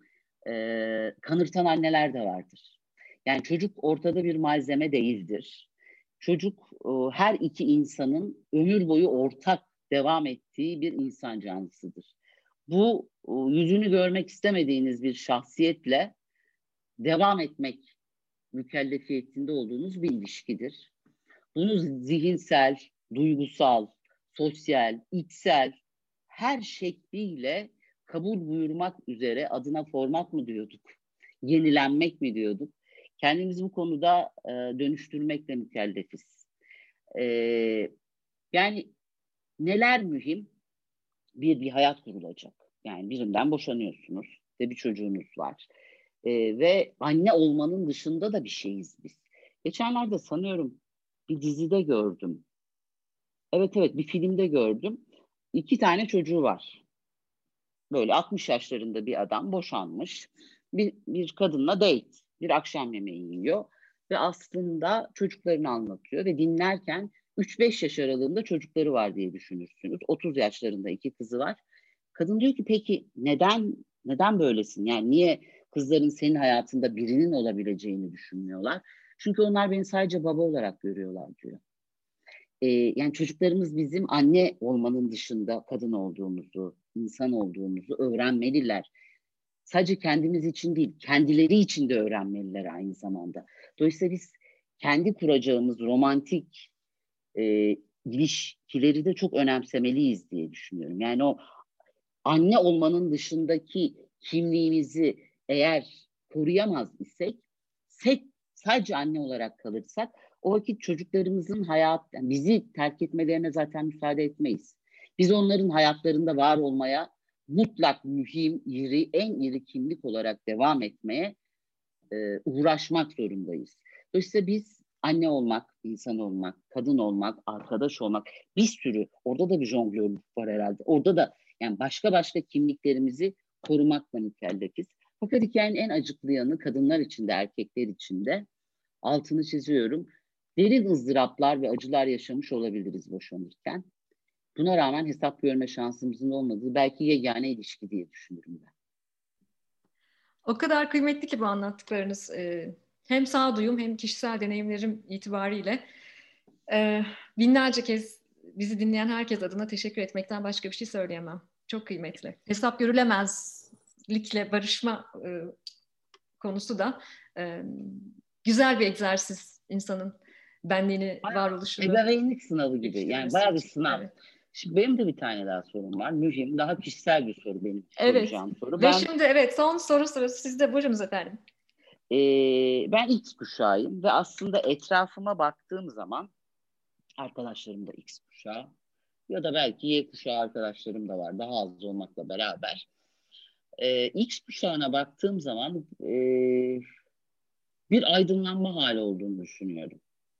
Kanırtan anneler de vardır. Yani çocuk ortada bir malzeme değildir. Çocuk her iki insanın ömür boyu ortak devam ettiği bir insan canlısıdır. Bu yüzünü görmek istemediğiniz bir şahsiyetle devam etmek mükellefiyetinde olduğunuz bir ilişkidir. Bunu zihinsel, duygusal, sosyal, içsel her şekliyle kabul buyurmak üzere adına format mı diyorduk, yenilenmek mi diyorduk? Kendimizi bu konuda dönüştürmekle mükellefiz. E, Yani neler mühim? Bir hayat kurulacak. Yani birinden boşanıyorsunuz ve bir çocuğunuz var. Ve anne olmanın dışında da bir şeyiz biz. Geçenlerde sanıyorum bir dizide gördüm. Evet, bir filmde gördüm. 2 tane çocuğu var. Böyle 60 yaşlarında bir adam boşanmış. Bir kadınla date, bir akşam yemeği yiyor. Ve aslında çocuklarını anlatıyor ve dinlerken 3-5 yaş aralığında çocukları var diye düşünürsünüz. 30 yaşlarında 2 kızı var. Kadın diyor ki peki neden böylesin? Yani niye kızların senin hayatında birinin olabileceğini düşünmüyorlar? Çünkü onlar beni sadece baba olarak görüyorlar diyor. Yani çocuklarımız bizim anne olmanın dışında kadın olduğumuzu, insan olduğumuzu öğrenmeliler. Sadece kendimiz için değil, kendileri için de öğrenmeliler aynı zamanda. Dolayısıyla biz kendi kuracağımız romantik ilişkileri de çok önemsemeliyiz diye düşünüyorum. Yani o anne olmanın dışındaki kimliğimizi eğer koruyamaz isek, sadece anne olarak kalırsak o vakit çocuklarımızın yani bizi terk etmelerine zaten müsaade etmeyiz. Biz onların hayatlarında var olmaya mutlak, mühim, en iri kimlik olarak devam etmeye uğraşmak zorundayız. Dolayısıyla biz anne olmak, insan olmak, kadın olmak, arkadaş olmak, bir sürü, orada da bir jonglörlük var herhalde. Orada da yani başka kimliklerimizi korumakla mükellefiz. Fakat hikayenin en acıklı yanı kadınlar için de erkekler için de altını çiziyorum. Derin ızdıraplar ve acılar yaşamış olabiliriz boşanırken. Buna rağmen hesap görme şansımızın olmadığı belki yegane ilişki diye düşünürüm ben. O kadar kıymetli ki bu anlattıklarınız. Hem sağduyum hem kişisel deneyimlerim itibariyle. Binlerce kez bizi dinleyen herkes adına teşekkür etmekten başka bir şey söyleyemem. Çok kıymetli. Hesap görülemezlikle barışma konusu da güzel bir egzersiz insanın benliğini, varoluşunu Ebeveynlik sınavı gibi. Yani geliştirmesi bayağı bir için. sınav. Evet. Şimdi benim de bir tane daha sorum var. Mühim, daha kişisel bir soru benim Evet. soracağım soru. Ve şimdi evet son soru sırası sizde. Buyurunuz efendim. Ben X kuşağıyım ve aslında etrafıma baktığım zaman arkadaşlarım da X kuşağı ya da belki Y kuşağı arkadaşlarım da var daha az olmakla beraber. X kuşağına baktığım zaman bir aydınlanma hali olduğunu düşünüyorum.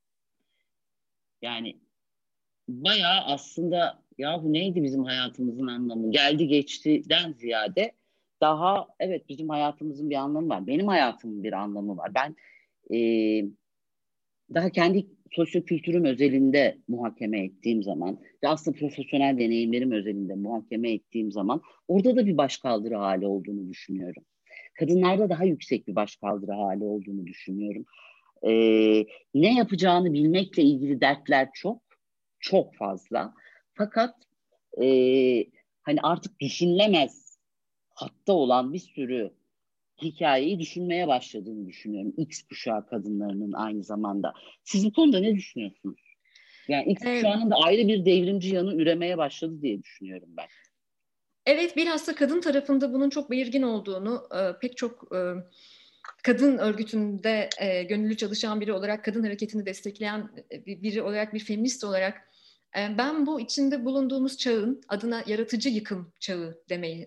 Yani bayağı aslında ya bu neydi bizim hayatımızın anlamı? Geldi geçtiden ziyade daha evet bizim hayatımızın bir anlamı var. Benim hayatımın bir anlamı var. Ben e, daha kendi sosyokültürüm özelinde muhakeme ettiğim zaman ve aslında profesyonel deneyimlerim özelinde muhakeme ettiğim zaman orada da bir başkaldırı hali olduğunu düşünüyorum. Kadınlarda daha yüksek bir başkaldırı hali olduğunu düşünüyorum. Ne yapacağını bilmekle ilgili dertler çok fazla. Fakat e, hani artık düşünülemez hatta olan bir sürü hikayeyi düşünmeye başladığını düşünüyorum. X kuşağı kadınlarının aynı zamanda. Siz bu konuda ne düşünüyorsunuz? Yani X kuşağının da ayrı bir devrimci yanı üremeye başladı diye düşünüyorum ben. Evet, bilhassa kadın tarafında bunun çok belirgin olduğunu, pek çok kadın örgütünde gönüllü çalışan biri olarak, kadın hareketini destekleyen biri olarak, bir feminist olarak ben bu içinde bulunduğumuz çağın adına yaratıcı yıkım çağı demeyi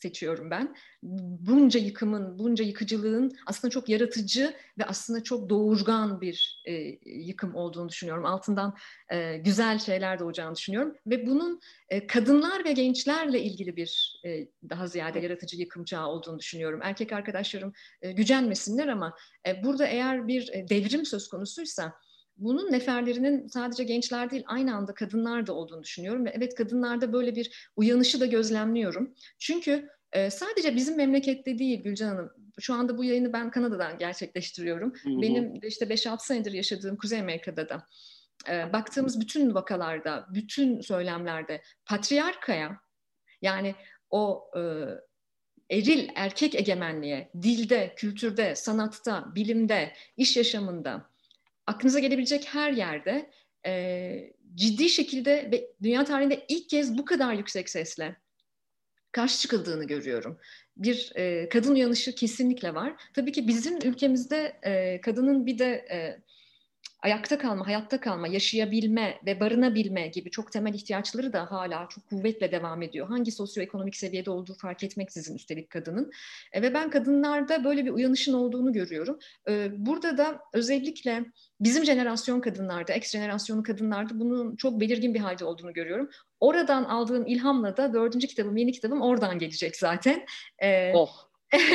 seçiyorum ben. Bunca yıkımın, bunca yıkıcılığın aslında çok yaratıcı ve aslında çok doğurgan bir yıkım olduğunu düşünüyorum. Altından güzel şeyler doğacağını düşünüyorum. Ve bunun kadınlar ve gençlerle ilgili bir daha ziyade yaratıcı yıkım çağı olduğunu düşünüyorum. Erkek arkadaşlarım gücenmesinler ama burada eğer bir devrim söz konusuysa bunun neferlerinin sadece gençler değil aynı anda kadınlar da olduğunu düşünüyorum. Ve evet, kadınlarda böyle bir uyanışı da gözlemliyorum. Çünkü sadece bizim memlekette değil Gülcan Hanım, şu anda bu yayını ben Kanada'dan gerçekleştiriyorum. Hı hı. Benim işte 5-6 senedir yaşadığım Kuzey Amerika'da da baktığımız bütün vakalarda, bütün söylemlerde patriarkaya, yani o eril erkek egemenliğe, dilde, kültürde, sanatta, bilimde, iş yaşamında, aklınıza gelebilecek her yerde ciddi şekilde ve dünya tarihinde ilk kez bu kadar yüksek sesle karşı çıkıldığını görüyorum. Bir kadın uyanışı kesinlikle var. Tabii ki bizim ülkemizde kadının bir de ayakta kalma, hayatta kalma, yaşayabilme ve barınabilme gibi çok temel ihtiyaçları da hala çok kuvvetle devam ediyor. Hangi sosyoekonomik seviyede olduğu fark etmeksizin üstelik kadının. Ve ben kadınlarda böyle bir uyanışın olduğunu görüyorum. Burada da özellikle bizim jenerasyon kadınlarda, ex jenerasyonu kadınlarda bunun çok belirgin bir halde olduğunu görüyorum. Oradan aldığım ilhamla da dördüncü kitabım, yeni kitabım oradan gelecek zaten. Oh.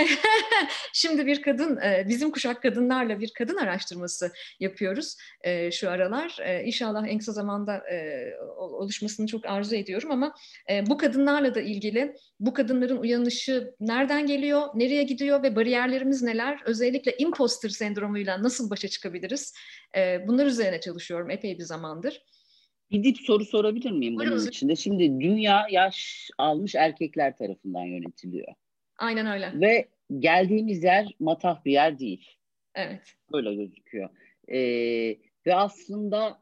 Şimdi bir kadın, bizim kuşak kadınlarla bir kadın araştırması yapıyoruz şu aralar. İnşallah en kısa zamanda oluşmasını çok arzu ediyorum ama bu kadınlarla da ilgili, bu kadınların uyanışı nereden geliyor, nereye gidiyor ve bariyerlerimiz neler? Özellikle imposter sendromuyla nasıl başa çıkabiliriz? Bunlar üzerine çalışıyorum epey bir zamandır. Bir dip soru sorabilir miyim bunun Buyurunuz. içinde? Şimdi dünya yaş almış erkekler tarafından yönetiliyor. Aynen öyle. Ve geldiğimiz yer matah bir yer değil. Evet. Böyle gözüküyor. Ee, Ve aslında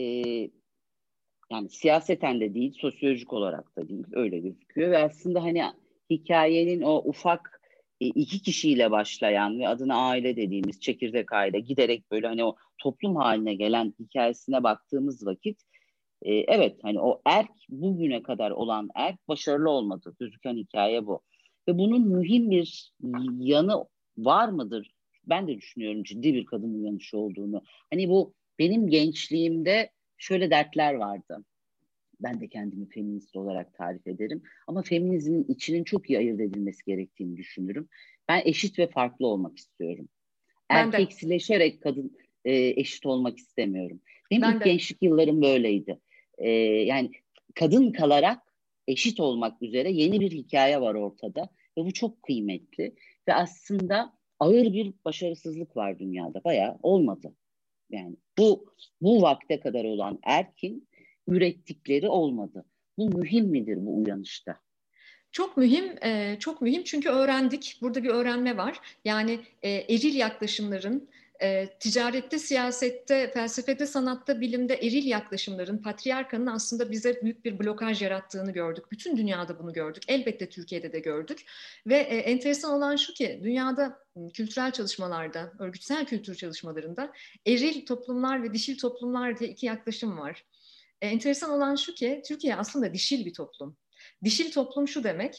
yani siyaseten de değil, sosyolojik olarak da değil. Öyle gözüküyor. Ve aslında hani hikayenin o ufak iki kişiyle başlayan ve adına aile dediğimiz çekirdek aile giderek böyle hani o toplum haline gelen hikayesine baktığımız vakit evet hani o erk bugüne kadar olan erk başarılı olmadı. Gözüken hikaye bu. Ve bunun mühim bir yanı var mıdır? Ben de düşünüyorum ciddi bir kadın uyanışı olduğunu. Hani bu benim gençliğimde şöyle dertler vardı. Ben de kendimi feminist olarak tarif ederim. Ama feminizmin içinin çok iyi ayırt edilmesi gerektiğini düşünürüm. Ben eşit ve farklı olmak istiyorum. Ben de. Erkeksileşerek kadın eşit olmak istemiyorum. Benim Ben ilk de. gençlik yıllarım böyleydi. Yani kadın kalarak eşit olmak üzere yeni bir hikaye var ortada ve bu çok kıymetli ve aslında ağır bir başarısızlık var dünyada. Bayağı olmadı. Yani bu vakte kadar olan erkin ürettikleri olmadı. Bu mühim midir bu uyanışta? Çok mühim, çok mühim çünkü öğrendik. Burada bir öğrenme var. Yani eril yaklaşımların, ticarette, siyasette, felsefede, sanatta, bilimde eril yaklaşımların, patriarkanın aslında bize büyük bir blokaj yarattığını gördük. Bütün dünyada bunu gördük. Elbette Türkiye'de de gördük. Ve enteresan olan şu ki dünyada kültürel çalışmalarda, örgütsel kültür çalışmalarında eril toplumlar ve dişil toplumlar diye iki yaklaşım var. Enteresan olan şu ki Türkiye aslında dişil bir toplum. Dişil toplum şu demek,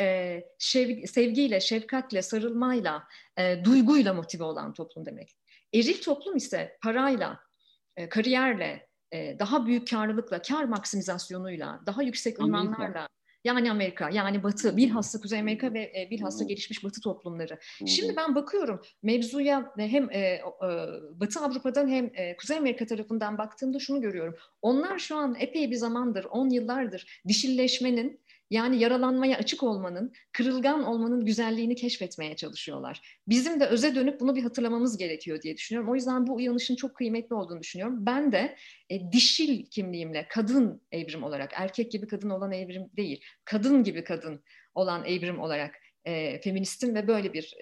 sevgiyle, şefkatle, sarılmayla, duyguyla motive olan toplum demek. Eril toplum ise parayla, kariyerle, daha büyük karlılıkla, kar maksimizasyonuyla, daha yüksek Amerika. ünvanlarla, yani Amerika, yani Batı, bilhassa Kuzey Amerika ve bilhassa gelişmiş Batı toplumları. Hı Şimdi hı. ben bakıyorum mevzuya hem Batı Avrupa'dan hem Kuzey Amerika tarafından baktığımda şunu görüyorum. Onlar şu an epey bir zamandır, 10 yıllardır dişilleşmenin, yani yaralanmaya açık olmanın, kırılgan olmanın güzelliğini keşfetmeye çalışıyorlar. Bizim de öze dönüp bunu bir hatırlamamız gerekiyor diye düşünüyorum. O yüzden bu uyanışın çok kıymetli olduğunu düşünüyorum. Ben de dişil kimliğimle, kadın evrim olarak, erkek gibi kadın olan evrim değil, kadın gibi kadın olan evrim olarak feministim ve böyle bir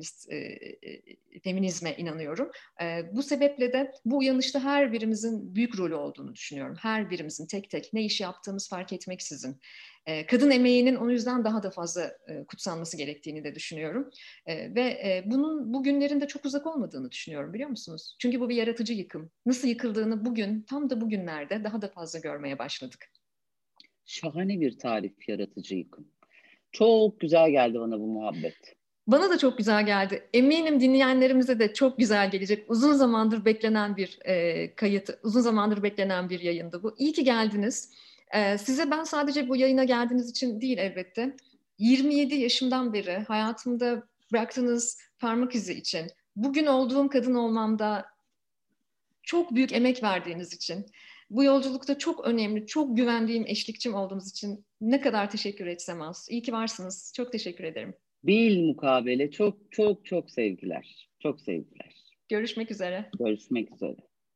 feminizme inanıyorum. Bu sebeple de bu uyanışta her birimizin büyük rolü olduğunu düşünüyorum. Her birimizin tek tek ne iş yaptığımız fark etmeksizin. Kadın emeğinin o yüzden daha da fazla kutsanması gerektiğini de düşünüyorum. Ve bunun bugünlerin de çok uzak olmadığını düşünüyorum, biliyor musunuz? Çünkü bu bir yaratıcı yıkım. Nasıl yıkıldığını bugün, tam da bugünlerde daha da fazla görmeye başladık. Şahane bir tarif yaratıcı yıkım. Çok güzel geldi bana bu muhabbet. Bana da çok güzel geldi. Eminim dinleyenlerimize de çok güzel gelecek. Uzun zamandır beklenen bir kayıt, uzun zamandır beklenen bir yayındı bu. İyi ki geldiniz. Size ben sadece bu yayına geldiğiniz için değil elbette. 27 yaşımdan beri hayatımda bıraktığınız parmak izi için, bugün olduğum kadın olmamda çok büyük emek verdiğiniz için, bu yolculukta çok önemli, çok güvendiğim eşlikçim olduğunuz için ne kadar teşekkür etsem az. İyi ki varsınız. Çok teşekkür ederim. Bilmukabele çok çok çok sevgiler. Çok sevgiler. Görüşmek üzere. Görüşmek üzere.